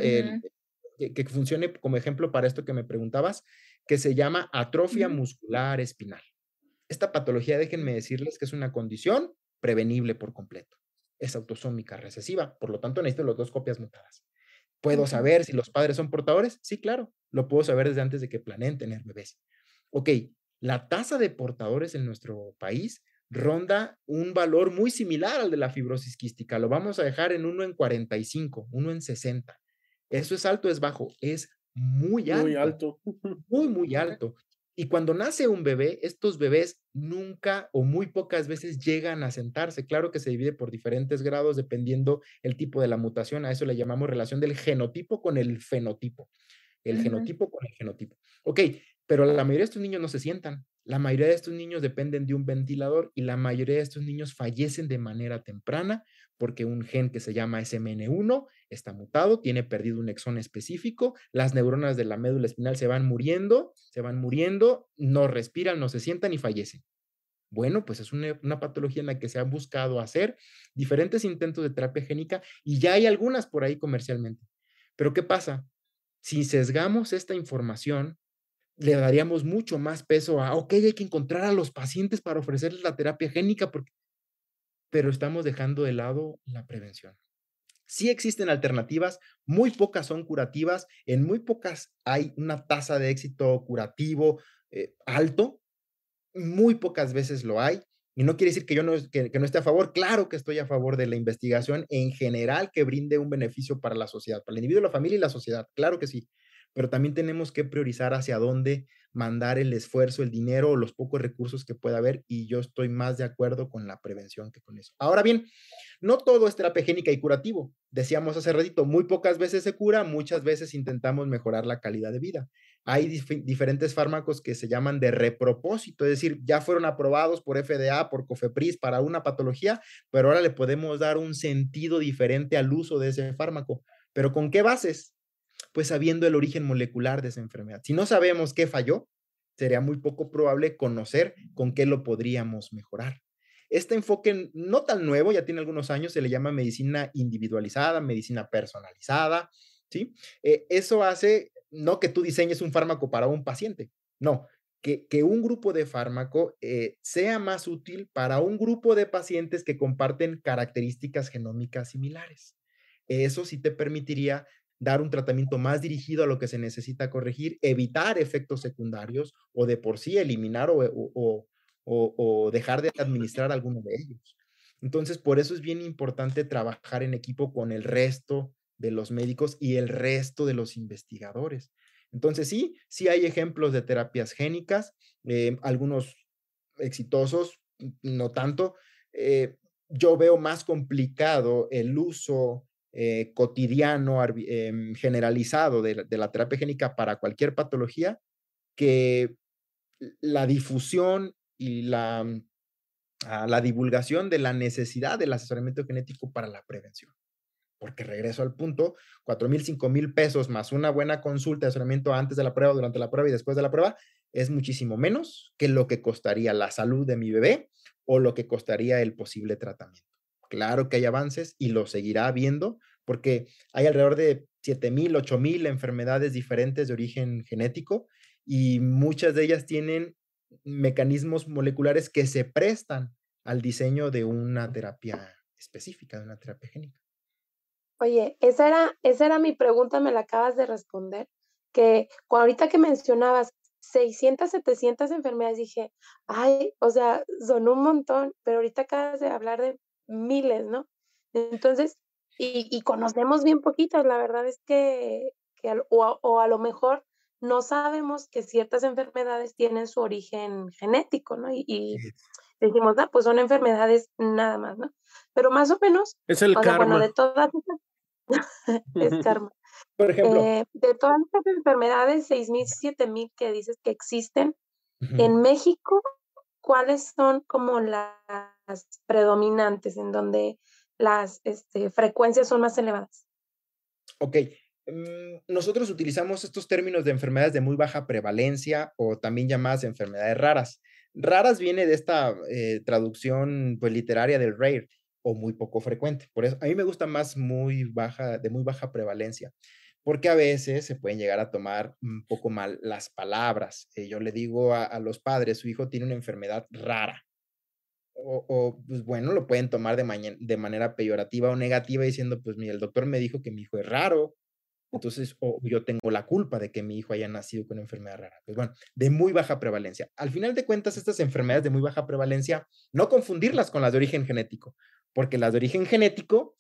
que funcione como ejemplo para esto que me preguntabas, que se llama atrofia muscular espinal. Esta patología, déjenme decirles que es una condición prevenible por completo. Es autosómica recesiva, por lo tanto necesito las 2 copias mutadas. ¿Puedo saber si los padres son portadores? Sí, claro, lo puedo saber desde antes de que planeen tener bebés. Ok, la tasa de portadores en nuestro país ronda un valor muy similar al de la fibrosis quística. Lo vamos a dejar en 1 en 45, 1 en 60. ¿Eso es alto o es bajo? Es muy alto. Muy alto. Muy, muy alto. Y cuando nace un bebé, estos bebés nunca o muy pocas veces llegan a sentarse. Claro que se divide por diferentes grados dependiendo el tipo de la mutación. A eso le llamamos relación del genotipo con el fenotipo. El genotipo con el genotipo. Ok, pero la mayoría de estos niños no se sientan. La mayoría de estos niños dependen de un ventilador y la mayoría de estos niños fallecen de manera temprana porque un gen que se llama SMN1 está mutado, tiene perdido un exón específico, las neuronas de la médula espinal se van muriendo, no respiran, no se sientan y fallecen. Bueno, pues es una patología en la que se han buscado hacer diferentes intentos de terapia génica y ya hay algunas por ahí comercialmente. Pero ¿qué pasa? Si sesgamos esta información, le daríamos mucho más peso a, ok, hay que encontrar a los pacientes para ofrecerles la terapia génica, pero estamos dejando de lado la prevención. Sí existen alternativas, muy pocas son curativas, en muy pocas hay una tasa de éxito curativo alto, muy pocas veces lo hay, Y no quiere decir que yo que no esté a favor. Claro que estoy a favor de la investigación en general que brinde un beneficio para la sociedad, para el individuo, la familia y la sociedad. Claro que sí. Pero también tenemos que priorizar hacia dónde mandar el esfuerzo, el dinero o los pocos recursos que pueda haber. Y yo estoy más de acuerdo con la prevención que con eso. Ahora bien, no todo es terapia génica y curativo. Decíamos hace ratito, muy pocas veces se cura, muchas veces intentamos mejorar la calidad de vida. Hay diferentes fármacos que se llaman de repropósito, es decir, ya fueron aprobados por FDA, por COFEPRIS para una patología, pero ahora le podemos dar un sentido diferente al uso de ese fármaco. ¿Pero con qué bases? Pues sabiendo el origen molecular de esa enfermedad. Si no sabemos qué falló, sería muy poco probable conocer con qué lo podríamos mejorar. Este enfoque no tan nuevo, ya tiene algunos años, se le llama medicina individualizada, medicina personalizada, ¿sí? Eso hace no que tú diseñes un fármaco para un paciente, no, que un grupo de fármaco sea más útil para un grupo de pacientes que comparten características genómicas similares. Eso sí te permitiría dar un tratamiento más dirigido a lo que se necesita corregir, evitar efectos secundarios o de por sí eliminar o dejar de administrar alguno de ellos. Entonces, por eso es bien importante trabajar en equipo con el resto de los médicos y el resto de los investigadores. Entonces, sí hay ejemplos de terapias génicas, algunos exitosos, no tanto. Yo veo más complicado el uso cotidiano, generalizado de la terapia génica para cualquier patología que la difusión y la divulgación de la necesidad del asesoramiento genético para la prevención. Porque regreso al punto, 4,000, 5,000 pesos más una buena consulta de asesoramiento antes de la prueba, durante la prueba y después de la prueba es muchísimo menos que lo que costaría la salud de mi bebé o lo que costaría el posible tratamiento. Claro que hay avances y lo seguirá habiendo porque hay alrededor de 7,000, 8,000 enfermedades diferentes de origen genético y muchas de ellas tienen mecanismos moleculares que se prestan al diseño de una terapia específica, de una terapia génica. Oye, esa era mi pregunta, me la acabas de responder, que ahorita que mencionabas 600, 700 enfermedades, dije, ay, o sea, son un montón, pero ahorita acabas de hablar de miles, ¿no? Entonces, y conocemos bien poquitas, la verdad es que o a lo mejor no sabemos que ciertas enfermedades tienen su origen genético, ¿no? Y decimos, pues son enfermedades nada más, ¿no? Pero más o menos, Es el o sea, bueno, de karma. todas es karma. Por ejemplo, De todas estas enfermedades, 6,000, 7,000 que dices que existen, en ujú, México, ¿cuáles son como las predominantes, en donde las frecuencias son más elevadas? ok. Nosotros utilizamos estos términos de enfermedades de muy baja prevalencia o también llamadas enfermedades raras. Raras viene de esta traducción pues, literaria del rare o muy poco frecuente. Por eso, a mí me gusta más de muy baja prevalencia, porque a veces se pueden llegar a tomar un poco mal las palabras. Yo le digo a los padres, su hijo tiene una enfermedad rara. Pues bueno, lo pueden tomar de manera peyorativa o negativa diciendo, pues mira, el doctor me dijo que mi hijo es raro, entonces, o yo tengo la culpa de que mi hijo haya nacido con una enfermedad rara. Pues bueno, de muy baja prevalencia. Al final de cuentas, estas enfermedades de muy baja prevalencia, no confundirlas con las de origen genético, porque las de origen genético,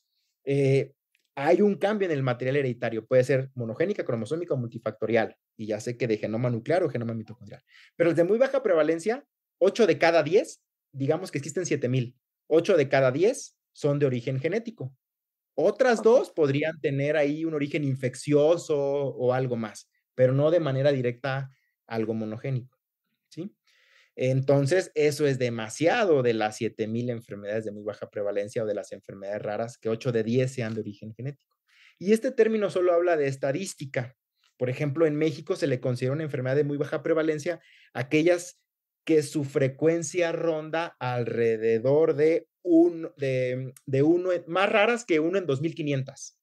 hay un cambio en el material hereditario. Puede ser monogénica, cromosómica o multifactorial. Y ya sé que de genoma nuclear o genoma mitocondrial. Pero las de muy baja prevalencia, 8 de cada 10, digamos que existen 7,000. 8 de cada 10 son de origen genético. Otras Okey. 2 podrían tener ahí un origen infeccioso o algo más, pero no de manera directa algo monogénico, ¿sí? Entonces, eso es demasiado de las 7,000 enfermedades de muy baja prevalencia o de las enfermedades raras, que 8 de 10 sean de origen genético. Y este término solo habla de estadística. Por ejemplo, en México se le considera una enfermedad de muy baja prevalencia aquellas que su frecuencia ronda alrededor de uno, más raras que 1 en 2,500.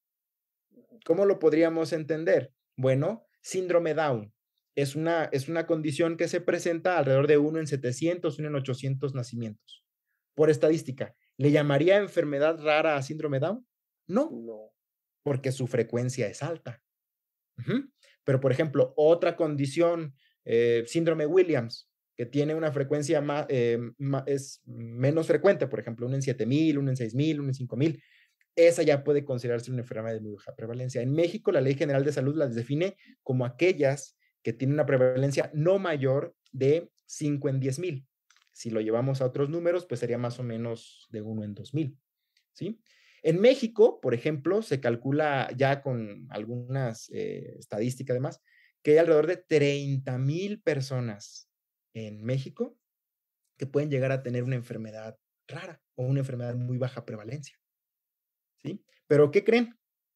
¿Cómo lo podríamos entender? Bueno, síndrome Down es una condición que se presenta alrededor de 1 en 700, 1 en 800 nacimientos. Por estadística, ¿le llamaría enfermedad rara a síndrome Down? No, No. porque su frecuencia es alta. Pero, por ejemplo, otra condición, síndrome Williams, que tiene una frecuencia es menos frecuente, por ejemplo, una en 7,000, una en 6,000, una en 5,000, esa ya puede considerarse una enfermedad de muy baja prevalencia. En México, la Ley General de Salud las define como aquellas que tienen una prevalencia no mayor de 5 en 10,000. Si lo llevamos a otros números, pues sería más o menos de 1 en 2,000, ¿sí? En México, por ejemplo, se calcula ya con algunas estadísticas además, que hay alrededor de 30,000 personas en México que pueden llegar a tener una enfermedad rara o una enfermedad de muy baja prevalencia, ¿sí? Pero ¿qué creen?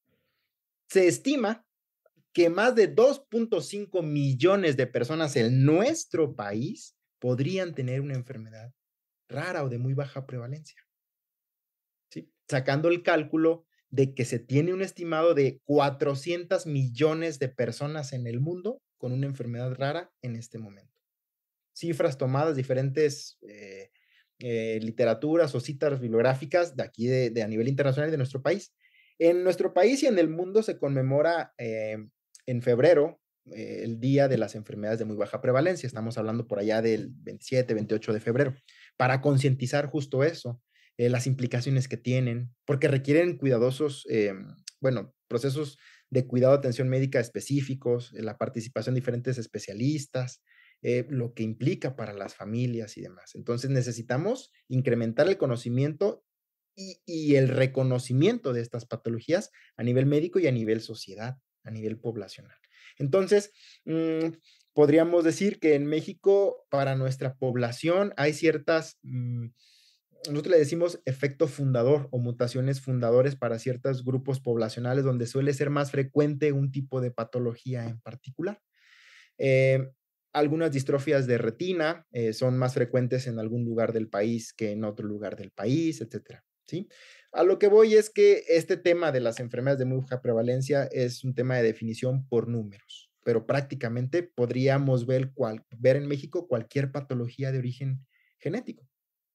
Se estima que más de 2.5 millones de personas en nuestro país podrían tener una enfermedad rara o de muy baja prevalencia, ¿sí? Sacando el cálculo de que se tiene un estimado de 400 millones de personas en el mundo con una enfermedad rara en este momento. Cifras tomadas de diferentes literaturas o citas bibliográficas de aquí de a nivel internacional de nuestro país. En nuestro país y en el mundo se conmemora en febrero el Día de las Enfermedades de Muy Baja Prevalencia. Estamos hablando por allá del 27, 28 de febrero, para concientizar justo eso, las implicaciones que tienen, porque requieren cuidadosos, procesos de cuidado de atención médica específicos, la participación de diferentes especialistas, lo que implica para las familias y demás. Entonces necesitamos incrementar el conocimiento y el reconocimiento de estas patologías a nivel médico y a nivel sociedad, a nivel poblacional. Entonces, podríamos decir que en México, para nuestra población, hay ciertas, nosotros le decimos efecto fundador o mutaciones fundadores para ciertos grupos poblacionales donde suele ser más frecuente un tipo de patología en particular. Algunas distrofias de retina son más frecuentes en algún lugar del país que en otro lugar del país, etcétera, ¿sí? A lo que voy es que este tema de las enfermedades de muy baja prevalencia es un tema de definición por números, pero prácticamente podríamos ver en México cualquier patología de origen genético.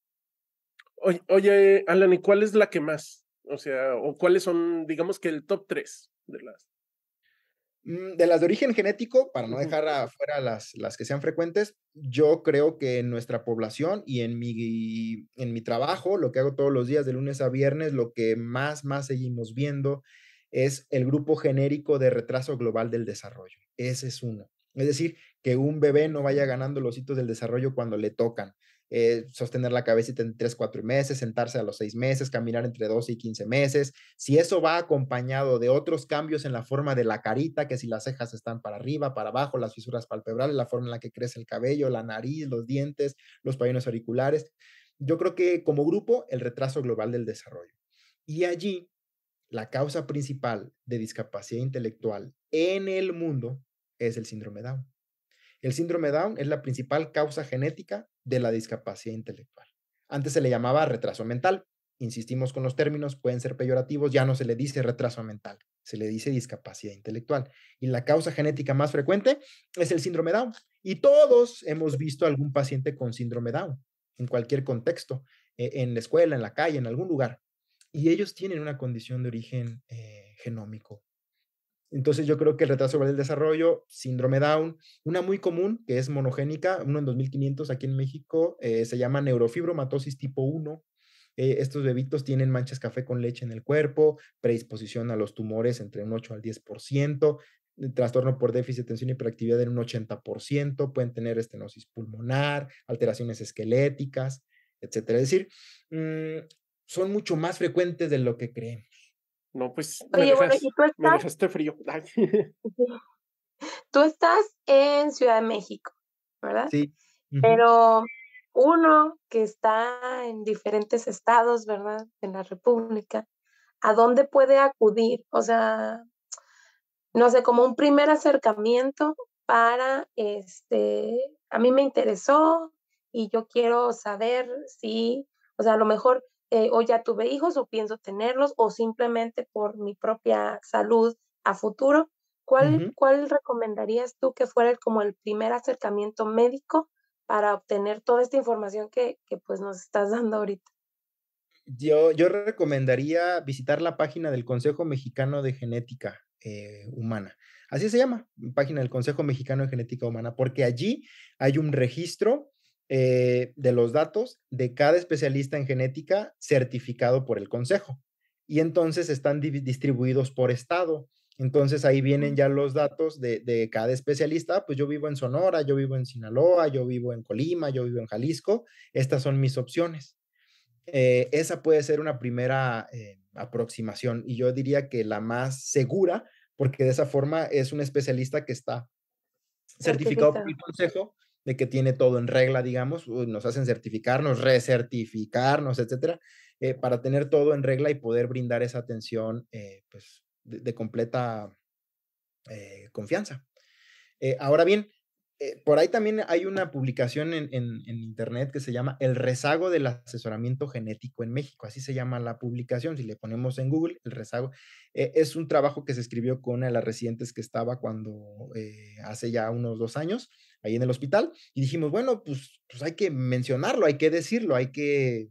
Oye, Alan, ¿y cuál es la que más? O sea, o cuáles son, digamos que el top 3 de las... De las de origen genético, para no dejar afuera las que sean frecuentes, yo creo que en nuestra población y en mi trabajo, lo que hago todos los días de lunes a viernes, lo que más seguimos viendo es el grupo genérico de retraso global del desarrollo. Ese es uno. Es decir, que un bebé no vaya ganando los hitos del desarrollo cuando le tocan. Sostener la cabecita en 3, 4 meses, sentarse a los 6 meses, caminar entre 12 y 15 meses. Si eso va acompañado de otros cambios en la forma de la carita, que si las cejas están para arriba, para abajo, las fisuras palpebrales, la forma en la que crece el cabello, la nariz, los dientes, los pabellones auriculares, yo creo que como grupo, el retraso global del desarrollo. Y allí, la causa principal de discapacidad intelectual en el mundo es el síndrome Down. El síndrome Down es la principal causa genética de la discapacidad intelectual. Antes se le llamaba retraso mental. Insistimos con los términos, pueden ser peyorativos, ya no se le dice retraso mental, se le dice discapacidad intelectual. Y la causa genética más frecuente es el síndrome Down. Y todos hemos visto a algún paciente con síndrome Down, en cualquier contexto, en la escuela, en la calle, en algún lugar. Y ellos tienen una condición de origen genómico. Entonces yo creo que el retraso global del desarrollo, síndrome Down, una muy común que es monogénica, uno en 2,500 aquí en México, se llama neurofibromatosis tipo 1. Estos bebitos tienen manchas café con leche en el cuerpo, predisposición a los tumores entre un 8 al 10%, trastorno por déficit de atención y hiperactividad en un 80%, pueden tener estenosis pulmonar, alteraciones esqueléticas, etcétera. Es decir, son mucho más frecuentes de lo que creemos. No, pues Oye, bueno, ¿y tú me dejaste frío. Tú estás en Ciudad de México, ¿verdad? Sí. Pero uno que está en diferentes estados, ¿verdad? En la República, ¿a dónde puede acudir? O sea, no sé, como un primer acercamiento para, a mí me interesó y yo quiero saber si, o sea, a lo mejor o ya tuve hijos o pienso tenerlos o simplemente por mi propia salud a futuro. ¿Cuál recomendarías tú que fuera como el primer acercamiento médico para obtener toda esta información que pues nos estás dando ahorita? Yo recomendaría visitar la página del Consejo Mexicano de Genética Humana. Así se llama, página del Consejo Mexicano de Genética Humana, porque allí hay un registro de los datos de cada especialista en genética certificado por el Consejo. Y entonces están distribuidos por estado. Entonces ahí vienen ya los datos de cada especialista. Pues yo vivo en Sonora, yo vivo en Sinaloa, yo vivo en Colima, yo vivo en Jalisco. Estas son mis opciones. Esa puede ser una primera aproximación, y yo diría que la más segura, porque de esa forma es un especialista que está certificado por el Consejo, de que tiene todo en regla, digamos. Nos hacen certificarnos, recertificarnos, etcétera, para tener todo en regla y poder brindar esa atención pues de completa confianza. Ahora bien, por ahí también hay una publicación en internet que se llama El rezago del asesoramiento genético en México. Así se llama la publicación. Si le ponemos en Google, el rezago, es un trabajo que se escribió con una de las residentes que estaba cuando hace ya unos 2 años ahí en el hospital, y dijimos, bueno, pues hay que mencionarlo, hay que decirlo, hay que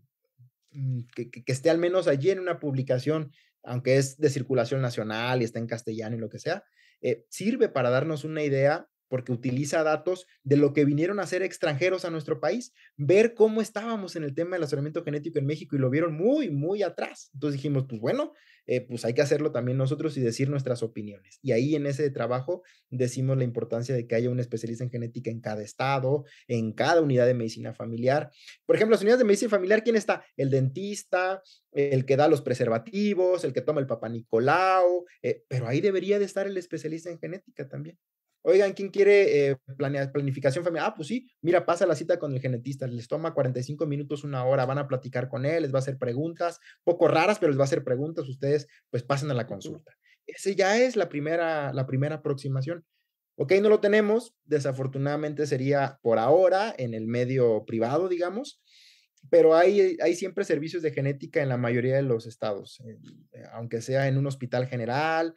esté al menos allí en una publicación, aunque es de circulación nacional y está en castellano y lo que sea. Sirve para darnos una idea, porque utiliza datos de lo que vinieron a ser extranjeros a nuestro país, ver cómo estábamos en el tema del asesoramiento genético en México, y lo vieron muy, muy atrás. Entonces dijimos, pues bueno, pues hay que hacerlo también nosotros y decir nuestras opiniones. Y ahí en ese trabajo decimos la importancia de que haya un especialista en genética en cada estado, en cada unidad de medicina familiar. Por ejemplo, las unidades de medicina familiar, ¿quién está? El dentista, el que da los preservativos, el que toma el Papá Nicolau, pero ahí debería de estar el especialista en genética también. Oigan, ¿quién quiere planificación familiar? Pues sí, mira, pasa la cita con el genetista, les toma 45 minutos, 1 hora, van a platicar con él, les va a hacer preguntas, poco raras, pero les va a hacer preguntas, ustedes pues pasen a la consulta. Ese ya es la primera aproximación. Ok, no lo tenemos, desafortunadamente sería por ahora en el medio privado, digamos, pero hay siempre servicios de genética en la mayoría de los estados, aunque sea en un hospital general,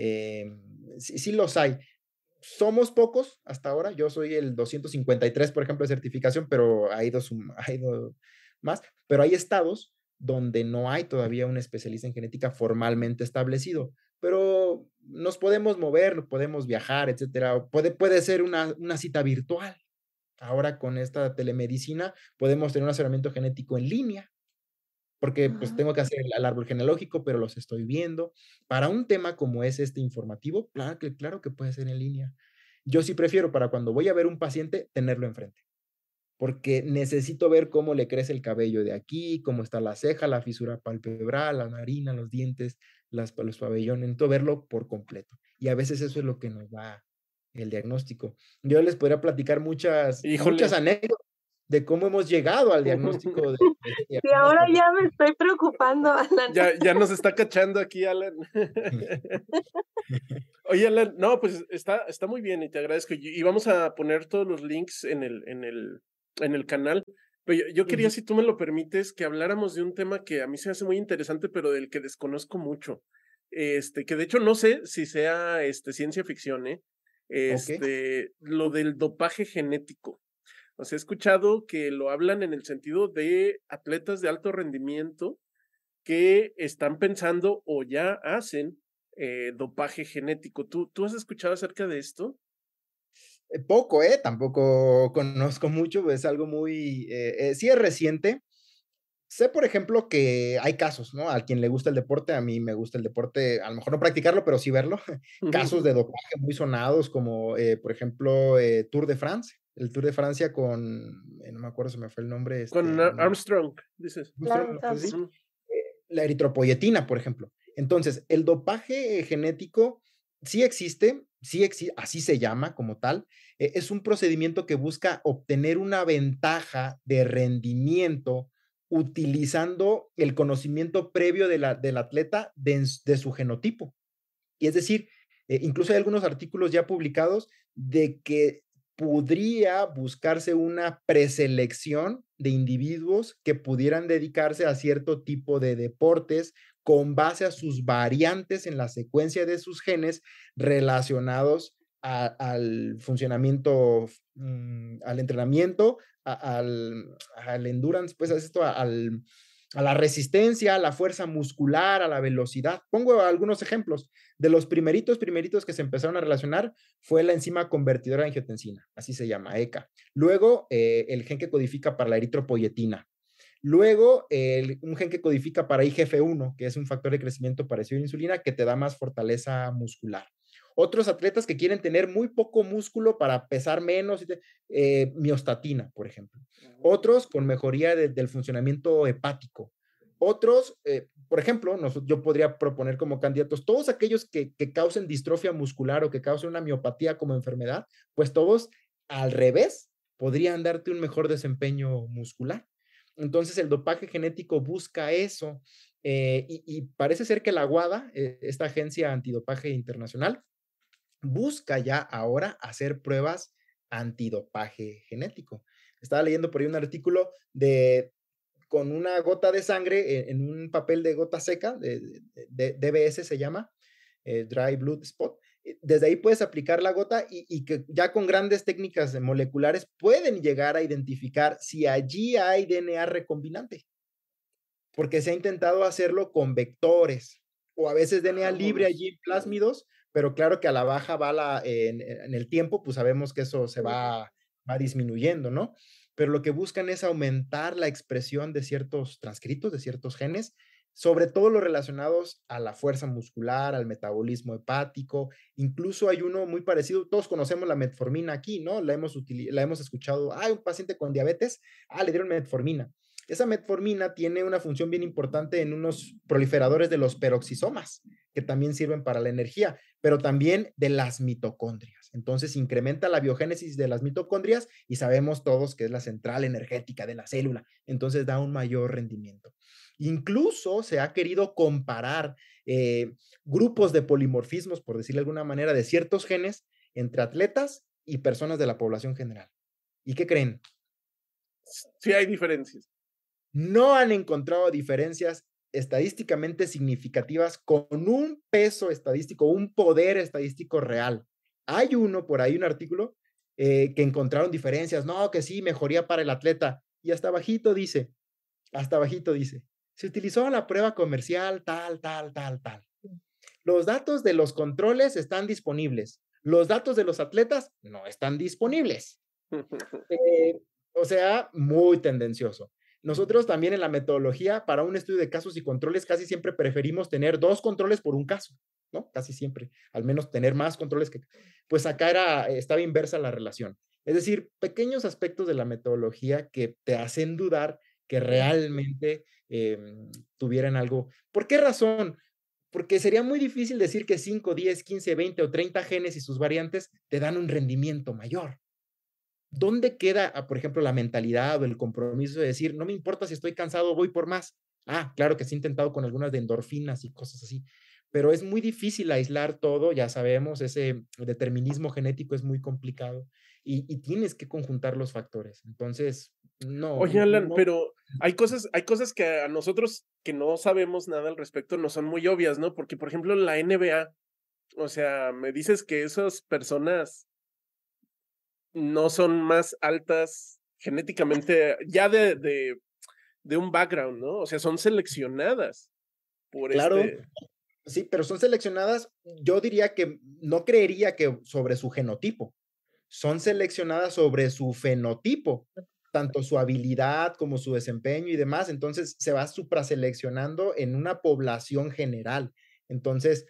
sí los hay. Somos pocos hasta ahora. Yo soy el 253, por ejemplo, de certificación, pero ha ido más. Pero hay estados donde no hay todavía un especialista en genética formalmente establecido, pero nos podemos mover, podemos viajar, etcétera. Puede ser una cita virtual. Ahora con esta telemedicina podemos tener un asesoramiento genético en línea, porque pues tengo que hacer el árbol genealógico, pero los estoy viendo. Para un tema como es este informativo, claro que puede ser en línea. Yo sí prefiero, para cuando voy a ver un paciente, tenerlo enfrente, porque necesito ver cómo le crece el cabello de aquí, cómo está la ceja, la fisura palpebral, la narina, los dientes, los pabellones, necesito verlo por completo. Y a veces eso es lo que nos da el diagnóstico. Yo les podría platicar muchas anécdotas de cómo hemos llegado al diagnóstico. Y ahora ya me estoy preocupando, Alan. Ya nos está cachando aquí, Alan. Oye, Alan, no, pues está muy bien y te agradezco. Y vamos a poner todos los links en el canal. Pero yo quería, si tú me lo permites, que habláramos de un tema que a mí se me hace muy interesante, pero del que desconozco mucho. Que de hecho no sé si sea ciencia ficción, lo del dopaje genético. O sea, he escuchado que lo hablan en el sentido de atletas de alto rendimiento que están pensando o ya hacen dopaje genético. ¿Tú has escuchado acerca de esto? Poco, tampoco conozco mucho, es algo muy, sí es reciente. Sé, por ejemplo, que hay casos, ¿no? A quien le gusta el deporte, a mí me gusta el deporte, a lo mejor no practicarlo, pero sí verlo. Casos de dopaje muy sonados, como por ejemplo, Tour de France. El Tour de Francia con, no me acuerdo, se me fue el nombre. Con Armstrong, dices. Armstrong, la eritropoyetina, por ejemplo. Entonces, el dopaje genético sí existe, así se llama como tal. Es un procedimiento que busca obtener una ventaja de rendimiento utilizando el conocimiento previo del atleta de su genotipo. Y es decir, incluso hay algunos artículos ya publicados de que podría buscarse una preselección de individuos que pudieran dedicarse a cierto tipo de deportes con base a sus variantes en la secuencia de sus genes relacionados al funcionamiento, al entrenamiento, al endurance, pues esto, al a la resistencia, a la fuerza muscular, a la velocidad. Pongo algunos ejemplos. De los primeritos que se empezaron a relacionar fue la enzima convertidora de angiotensina, así se llama, ECA. Luego, el gen que codifica para la eritropoyetina. Luego, un gen que codifica para IGF-1, que es un factor de crecimiento parecido a la insulina, que te da más fortaleza muscular. Otros atletas que quieren tener muy poco músculo para pesar menos, miostatina, por ejemplo. Otros con mejoría del funcionamiento hepático. Otros, por ejemplo, yo podría proponer como candidatos todos aquellos que causen distrofia muscular o que causen una miopatía como enfermedad, pues todos al revés podrían darte un mejor desempeño muscular. Entonces el dopaje genético busca eso, y parece ser que la WADA, esta agencia antidopaje internacional, busca ya ahora hacer pruebas antidopaje genético. Estaba leyendo por ahí un artículo con una gota de sangre en un papel de gota seca, de DBS se llama, Dry Blood Spot. Desde ahí puedes aplicar la gota y que ya con grandes técnicas moleculares pueden llegar a identificar si allí hay DNA recombinante, porque se ha intentado hacerlo con vectores o a veces DNA libre allí en plásmidos, pero claro que a la baja va en el tiempo, pues sabemos que eso se va disminuyendo, ¿no? Pero lo que buscan es aumentar la expresión de ciertos transcritos, de ciertos genes, sobre todo los relacionados a la fuerza muscular, al metabolismo hepático. Incluso hay uno muy parecido, todos conocemos la metformina aquí, ¿no? La hemos escuchado, un paciente con diabetes, le dieron metformina. Esa metformina tiene una función bien importante en unos proliferadores de los peroxisomas, que también sirven para la energía, pero también de las mitocondrias. Entonces incrementa la biogénesis de las mitocondrias y sabemos todos que es la central energética de la célula. Entonces da un mayor rendimiento. Incluso se ha querido comparar grupos de polimorfismos, por decirlo de alguna manera, de ciertos genes entre atletas y personas de la población general. ¿Y qué creen? Sí hay diferencias. No han encontrado diferencias estadísticamente significativas con un peso estadístico, un poder estadístico real. Hay por ahí un artículo que encontraron diferencias, no, que sí, mejoría para el atleta, y hasta abajito dice, se utilizó la prueba comercial tal. Los datos de los controles están disponibles, los datos de los atletas no están disponibles. O sea, muy tendencioso. Nosotros también en la metodología, para un estudio de casos y controles, casi siempre preferimos tener 2 controles por un caso, ¿no? Casi siempre, al menos tener más controles que... Pues acá estaba inversa la relación. Es decir, pequeños aspectos de la metodología que te hacen dudar que realmente tuvieran algo. ¿Por qué razón? Porque sería muy difícil decir que 5, 10, 15, 20 o 30 genes y sus variantes te dan un rendimiento mayor. ¿Dónde queda, por ejemplo, la mentalidad o el compromiso de decir, no me importa si estoy cansado, voy por más? Claro que se ha intentado con algunas de endorfinas y cosas así, pero es muy difícil aislar todo, ya sabemos, ese determinismo genético es muy complicado y tienes que conjuntar los factores. Entonces, no. Oye, Alan, pero hay cosas que a nosotros que no sabemos nada al respecto no son muy obvias, ¿no? Porque, por ejemplo, la NBA, o sea, me dices que esas personas no son más altas genéticamente, ya de un background, ¿no? O sea, son seleccionadas por Claro, sí, pero son seleccionadas, yo diría que no creería que sobre su genotipo, son seleccionadas sobre su fenotipo, tanto su habilidad como su desempeño y demás, entonces se va supraseleccionando en una población general. Entonces,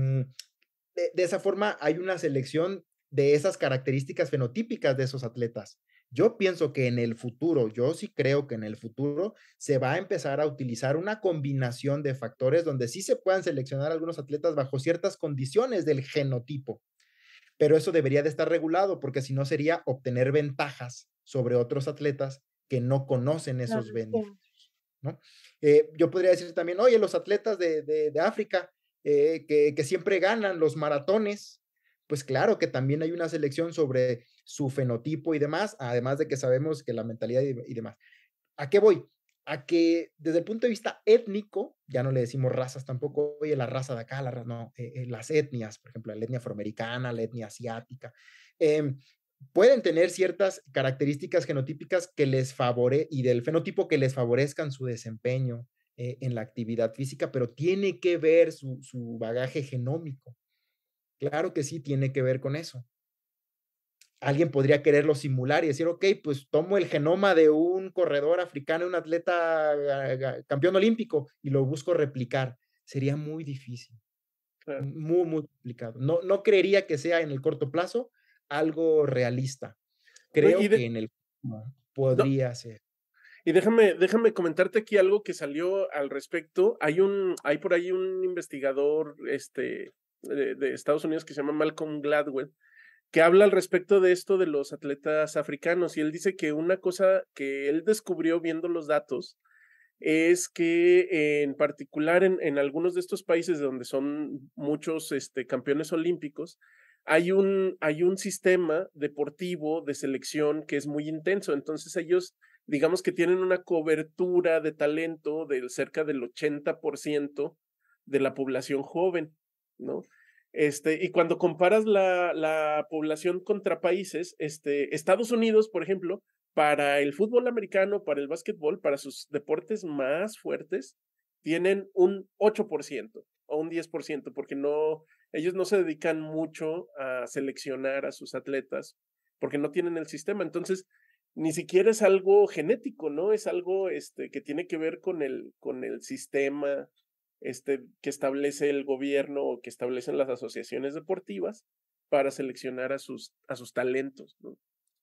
de esa forma hay una selección de esas características fenotípicas de esos atletas. Yo pienso que en el futuro, yo sí creo que en el futuro se va a empezar a utilizar una combinación de factores donde sí se puedan seleccionar algunos atletas bajo ciertas condiciones del genotipo, pero eso debería de estar regulado porque si no sería obtener ventajas sobre otros atletas que no conocen esos beneficios, ¿no? Yo podría decir también, oye, los atletas de África que siempre ganan los maratones, pues claro que también hay una selección sobre su fenotipo y demás, además de que sabemos que la mentalidad y demás. ¿A qué voy? A que desde el punto de vista étnico, ya no le decimos razas tampoco, oye, la raza de acá, no, las etnias, por ejemplo, la etnia afroamericana, la etnia asiática, pueden tener ciertas características genotípicas que les y del fenotipo que les favorezcan su desempeño en la actividad física, pero tiene que ver su bagaje genómico. Claro que sí, tiene que ver con eso. Alguien podría quererlo simular y decir, ok, pues tomo el genoma de un corredor africano, un atleta campeón olímpico, y lo busco replicar. Sería muy difícil, Claro. muy, muy complicado. No creería que sea en el corto plazo algo realista. Creo que en el podría ser. Y déjame comentarte aquí algo que salió al respecto. Hay por ahí un investigador de Estados Unidos que se llama Malcolm Gladwell, que habla al respecto de esto de los atletas africanos. Y él dice que una cosa que él descubrió viendo los datos es que en particular en algunos de estos países donde son muchos campeones olímpicos, hay un sistema deportivo de selección que es muy intenso. Entonces ellos, digamos que tienen una cobertura de talento de cerca del 80% de la población joven, ¿no? Y cuando comparas la población contra países, Estados Unidos, por ejemplo, para el fútbol americano, para el básquetbol, para sus deportes más fuertes, tienen un 8% o un 10%, porque ellos no se dedican mucho a seleccionar a sus atletas, porque no tienen el sistema. Entonces, ni siquiera es algo genético, ¿no? Es algo que tiene que ver con el sistema que establece el gobierno o que establecen las asociaciones deportivas para seleccionar a sus talentos, ¿no?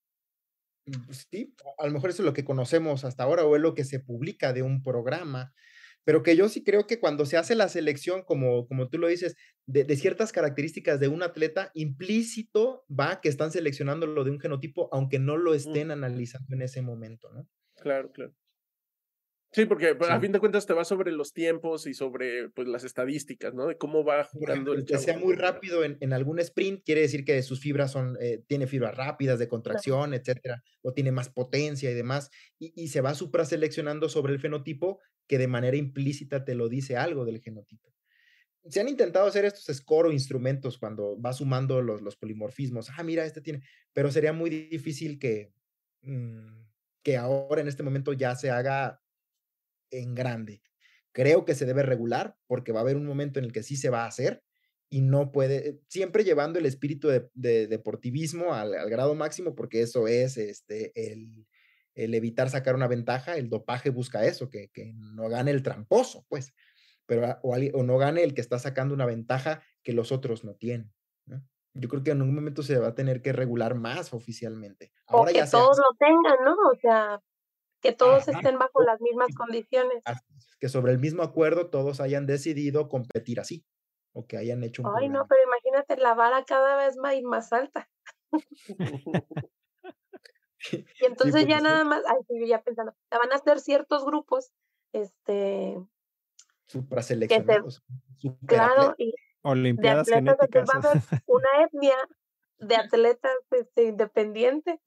Sí, a lo mejor eso es lo que conocemos hasta ahora o es lo que se publica de un programa, pero que yo sí creo que cuando se hace la selección, como tú lo dices, de ciertas características de un atleta, implícito va que están seleccionando lo de un genotipo, aunque no lo estén analizando en ese momento, ¿no? Claro, claro. Sí, porque Sí. a fin de cuentas te va sobre los tiempos y sobre pues las estadísticas, ¿no? De cómo va Por jugando ejemplo, el el que chavo. sea muy rápido en algún sprint quiere decir que sus fibras tiene fibras rápidas de contracción, etcétera, o tiene más potencia y demás, y se va supraseleccionando sobre el fenotipo que de manera implícita te lo dice algo del genotipo. Se han intentado hacer estos score o instrumentos cuando va sumando los polimorfismos. Mira, este tiene, pero sería muy difícil que ahora en este momento ya se haga en grande. Creo que se debe regular porque va a haber un momento en el que sí se va a hacer y no puede, siempre llevando el espíritu de deportivismo al grado máximo, porque eso es el evitar sacar una ventaja. El dopaje busca eso, que no gane el tramposo, pues, pero o no gane el que está sacando una ventaja que los otros no tienen, ¿no? Yo creo que en un momento se va a tener que regular más oficialmente. Ahora o que ya se todos hace. lo tengan, ¿no? O sea, que todos estén bajo las mismas condiciones. Que sobre el mismo acuerdo todos hayan decidido competir así, o que hayan hecho un Ay, no, programa. pero imagínate la vara cada vez más alta. Y entonces Sí, ya porque nada más, ay, sí, yo ya pensando, la van a hacer ciertos grupos, que supraseleccionados, claro, superatletas. y de Olimpiadas atletas, entonces genéticas. va a haber una etnia de atletas, independiente.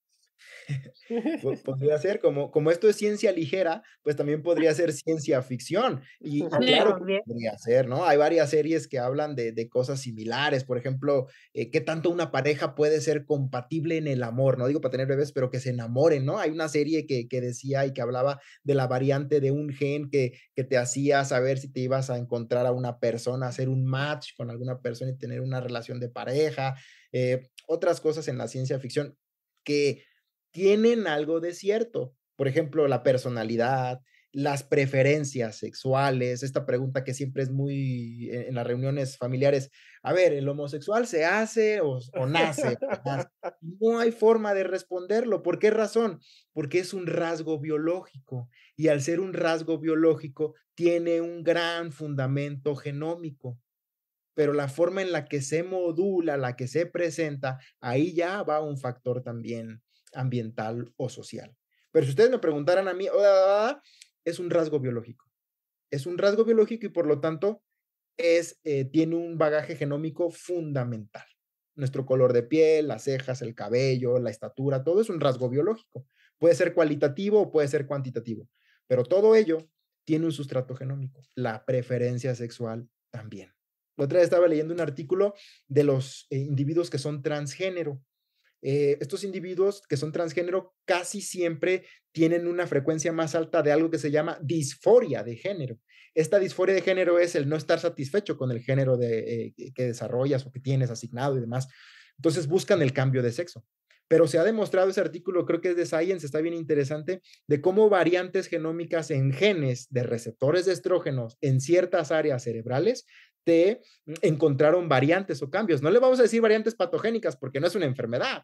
Podría ser, como esto es ciencia ligera, pues también podría ser ciencia ficción. Y claro que También. podría ser, ¿no? Hay varias series que hablan de cosas similares. Por ejemplo, qué tanto una pareja puede ser compatible en el amor. No digo para tener bebés, pero que se enamoren, ¿no? Hay una serie que decía y que hablaba de la variante de un gen que te hacía saber si te ibas a encontrar a una persona, hacer un match con alguna persona y tener una relación de pareja. Otras cosas en la ciencia ficción que tienen algo de cierto. Por ejemplo, la personalidad, las preferencias sexuales, esta pregunta que siempre es muy en las reuniones familiares. A ver, ¿el homosexual se hace o nace? No hay forma de responderlo. ¿Por qué razón? Porque es un rasgo biológico y al ser un rasgo biológico tiene un gran fundamento genómico. Pero la forma en la que se modula, la que se presenta, ahí ya va un factor también ambiental o social. Pero si ustedes me preguntaran a mí, es un rasgo biológico. Es un rasgo biológico y por lo tanto tiene un bagaje genómico fundamental. Nuestro color de piel, las cejas, el cabello, la estatura, todo es un rasgo biológico. Puede ser cualitativo o puede ser cuantitativo, pero todo ello tiene un sustrato genómico. La preferencia sexual también. La otra vez estaba leyendo un artículo de los individuos que son transgénero. estos individuos que son transgénero casi siempre tienen una frecuencia más alta de algo que se llama disforia de género. Esta disforia de género es el no estar satisfecho con el género que desarrollas o que tienes asignado y demás. Entonces buscan el cambio de sexo. Pero se ha demostrado, ese artículo creo que es de Science, está bien interesante, de cómo variantes genómicas en genes de receptores de estrógenos en ciertas áreas cerebrales te encontraron variantes o cambios. No le vamos a decir variantes patogénicas porque no es una enfermedad,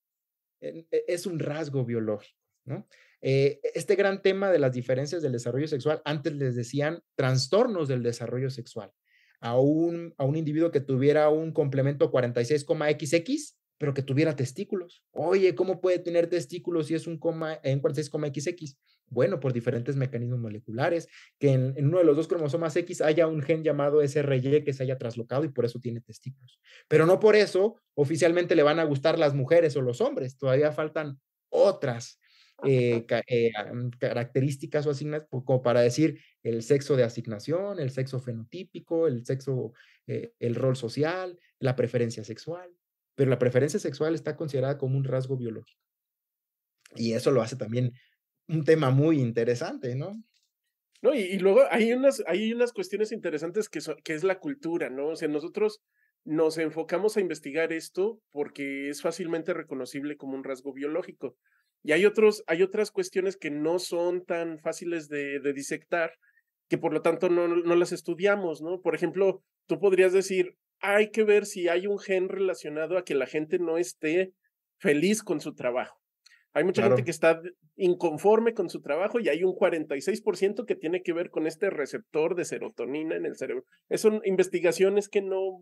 es un rasgo biológico, ¿no? Este gran tema de las diferencias del desarrollo sexual, antes les decían trastornos del desarrollo sexual. A un individuo que tuviera un complemento 46,XX, pero que tuviera testículos. Oye, ¿cómo puede tener testículos si es un 46,XX? Bueno, por diferentes mecanismos moleculares, que en uno de los dos cromosomas X haya un gen llamado SRY que se haya traslocado y por eso tiene testículos. Pero no por eso oficialmente le van a gustar las mujeres o los hombres. Todavía faltan otras características o asignaciones, como para decir el sexo de asignación, el sexo fenotípico, el sexo, el rol social, la preferencia sexual. Pero la preferencia sexual está considerada como un rasgo biológico. Y eso lo hace también un tema muy interesante, ¿no? No, y luego hay unas cuestiones interesantes que es la cultura, ¿no? O sea, nosotros nos enfocamos a investigar esto porque es fácilmente reconocible como un rasgo biológico. Y hay otras cuestiones que no son tan fáciles de disectar, que por lo tanto no las estudiamos, ¿no? Por ejemplo, tú podrías decir, hay que ver si hay un gen relacionado a que la gente no esté feliz con su trabajo. Hay mucha gente que está inconforme con su trabajo y hay un 46% que tiene que ver con este receptor de serotonina en el cerebro. Son investigaciones que no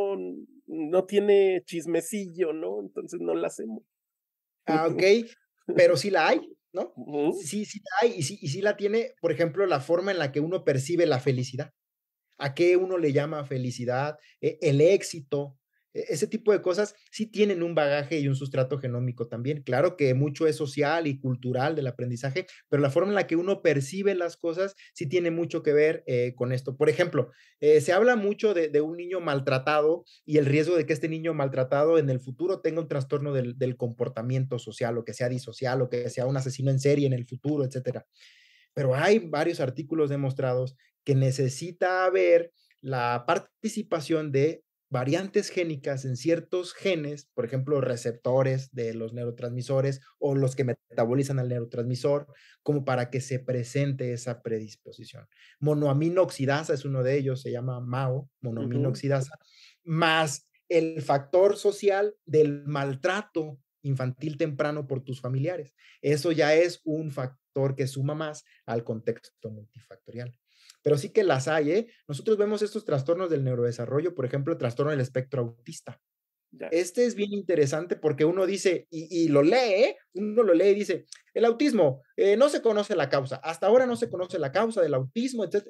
tiene chismecillo, ¿no? Entonces no la hacemos. Ok, pero sí la hay, ¿no? Sí la hay y sí la tiene, por ejemplo, la forma en la que uno percibe la felicidad. ¿A qué uno le llama felicidad? El éxito, ese tipo de cosas sí tienen un bagaje y un sustrato genómico también. Claro que mucho es social y cultural del aprendizaje, pero la forma en la que uno percibe las cosas sí tiene mucho que ver con esto. Por ejemplo, se habla mucho de un niño maltratado y el riesgo de que este niño maltratado en el futuro tenga un trastorno del comportamiento social, o que sea disocial, o que sea un asesino en serie en el futuro, etcétera. Pero hay varios artículos demostrados que necesita haber la participación de variantes génicas en ciertos genes, por ejemplo, receptores de los neurotransmisores o los que metabolizan al neurotransmisor, como para que se presente esa predisposición. Monoamino oxidasa es uno de ellos, se llama MAO, monoamino oxidasa, más el factor social del maltrato infantil temprano por tus familiares. Eso ya es un factor que suma más al contexto multifactorial. Pero sí que las hay, ¿eh? Nosotros vemos estos trastornos del neurodesarrollo, por ejemplo, el trastorno del espectro autista. Este es bien interesante porque uno dice, y lo lee, ¿eh? Uno lo lee y dice, el autismo, no se conoce la causa, hasta ahora no se conoce la causa del autismo, etc.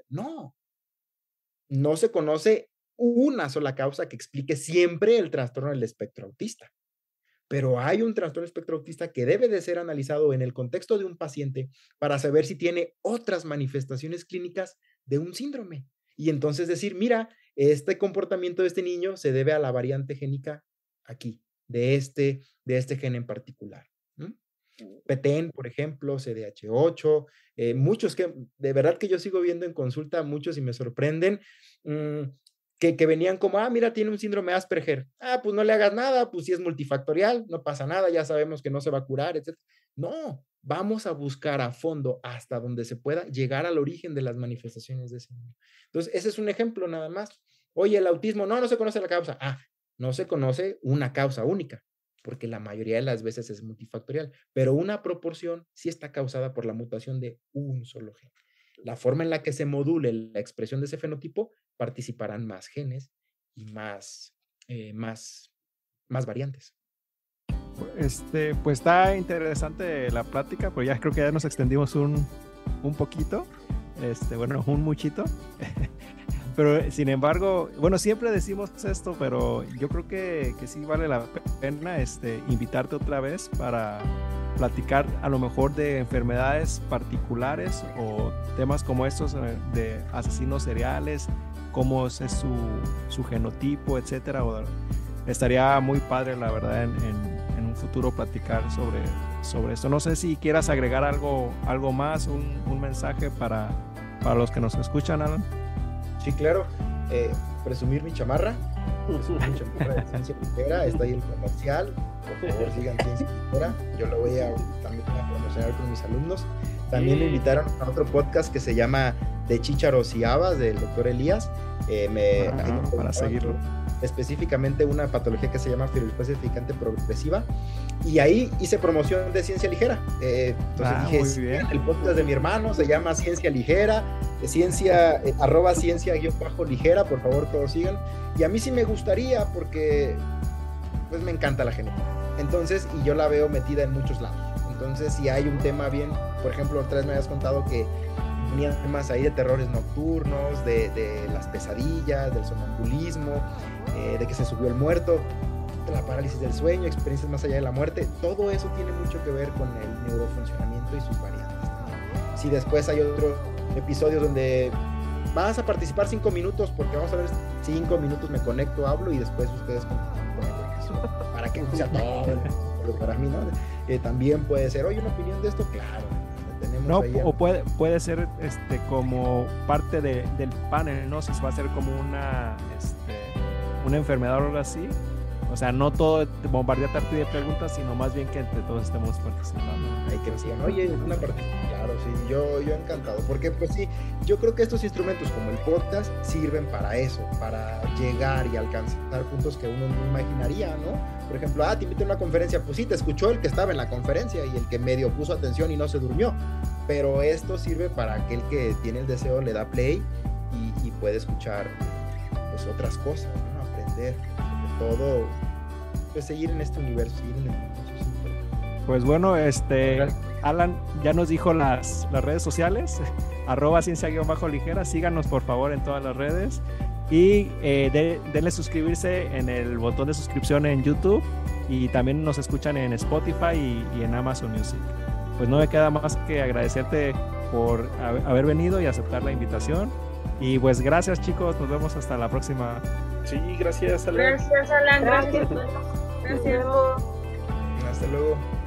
No se conoce una sola causa que explique siempre el trastorno del espectro autista. Pero hay un trastorno espectro autista que debe de ser analizado en el contexto de un paciente para saber si tiene otras manifestaciones clínicas de un síndrome. Y entonces decir, mira, este comportamiento de este niño se debe a la variante génica aquí, de este gen en particular. PTEN, por ejemplo, CDH8, muchos que de verdad que yo sigo viendo en consulta, muchos y me sorprenden, que venían como, mira, tiene un síndrome Asperger. Pues no le hagas nada, pues si es multifactorial, no pasa nada, ya sabemos que no se va a curar, etc. No, vamos a buscar a fondo hasta donde se pueda llegar al origen de las manifestaciones de ese niño. Entonces, ese es un ejemplo nada más. Oye, el autismo, no se conoce la causa. No se conoce una causa única, porque la mayoría de las veces es multifactorial, pero una proporción sí está causada por la mutación de un solo gen. La forma en la que se module la expresión de ese fenotipo, participarán más genes y más variantes. Pues está interesante la plática, pero ya creo que ya nos extendimos un poquito, un muchito. Pero sin embargo, siempre decimos esto, pero yo creo que sí vale la pena invitarte otra vez para platicar a lo mejor de enfermedades particulares o temas como estos de asesinos seriales, cómo es su genotipo, etcétera. Estaría muy padre, la verdad, en un futuro platicar sobre esto. No sé si quieras agregar algo más, un mensaje para los que nos escuchan, Alan. Sí, claro. Presumir mi chamarra. Presumir mi chamarra de Ciencia Ligera. Está ahí el comercial. Por favor, sigan Ciencia Ligera. Yo lo voy a también a promocionar con mis alumnos. También me invitaron a otro podcast que se llama De Chícharos y Habas, del doctor Elías. Para seguirlo. Específicamente una patología que se llama fibrosis edificante progresiva, y ahí hice promoción de Ciencia Ligera. Entonces dije, el podcast de mi hermano se llama Ciencia Ligera, ciencia, @ciencia_ligera, por favor todos sigan. Y a mí sí me gustaría, porque pues me encanta la genética, entonces, y yo la veo metida en muchos lados. Entonces, si hay un tema bien, por ejemplo, otra vez me habías contado que venían temas ahí de terrores nocturnos, de las pesadillas, del sonambulismo, de que se subió el muerto, de la parálisis del sueño, experiencias más allá de la muerte. Todo eso tiene mucho que ver con el neurofuncionamiento y sus variantes también. Si después hay otros episodios donde vas a participar 5 minutos, porque vamos a ver 5 minutos, me conecto, hablo y después ustedes con el para que no sea todo, para mí, ¿no? También puede ser, oye, una opinión de esto, claro. No, o puede ser como parte del panel, ¿no? Si va a ser como una enfermedad o algo así. O sea, no todo bombardearte a ti de preguntas, sino más bien que entre todos estemos participando. Hay que decir, oye, una parte, claro, sí, yo encantado. Porque pues sí, yo creo que estos instrumentos como el podcast sirven para eso, para llegar y alcanzar puntos que uno no imaginaría, ¿no? Por ejemplo, te invité a una conferencia, pues sí, te escuchó el que estaba en la conferencia y el que medio puso atención y no se durmió. Pero esto sirve para aquel que tiene el deseo, le da play y puede escuchar pues otras cosas, ¿no? Aprender, sobre todo, pues seguir en este universo, seguir en el mundo. Pues bueno, Alan ya nos dijo las redes sociales, @ciencia_ligera, síganos por favor en todas las redes y denle suscribirse en el botón de suscripción en YouTube, y también nos escuchan en Spotify y en Amazon Music. Pues no me queda más que agradecerte por haber venido y aceptar la invitación. Y pues gracias, chicos, nos vemos hasta la próxima. Sí, gracias, Alan. Gracias, Alan. Gracias. Hasta luego.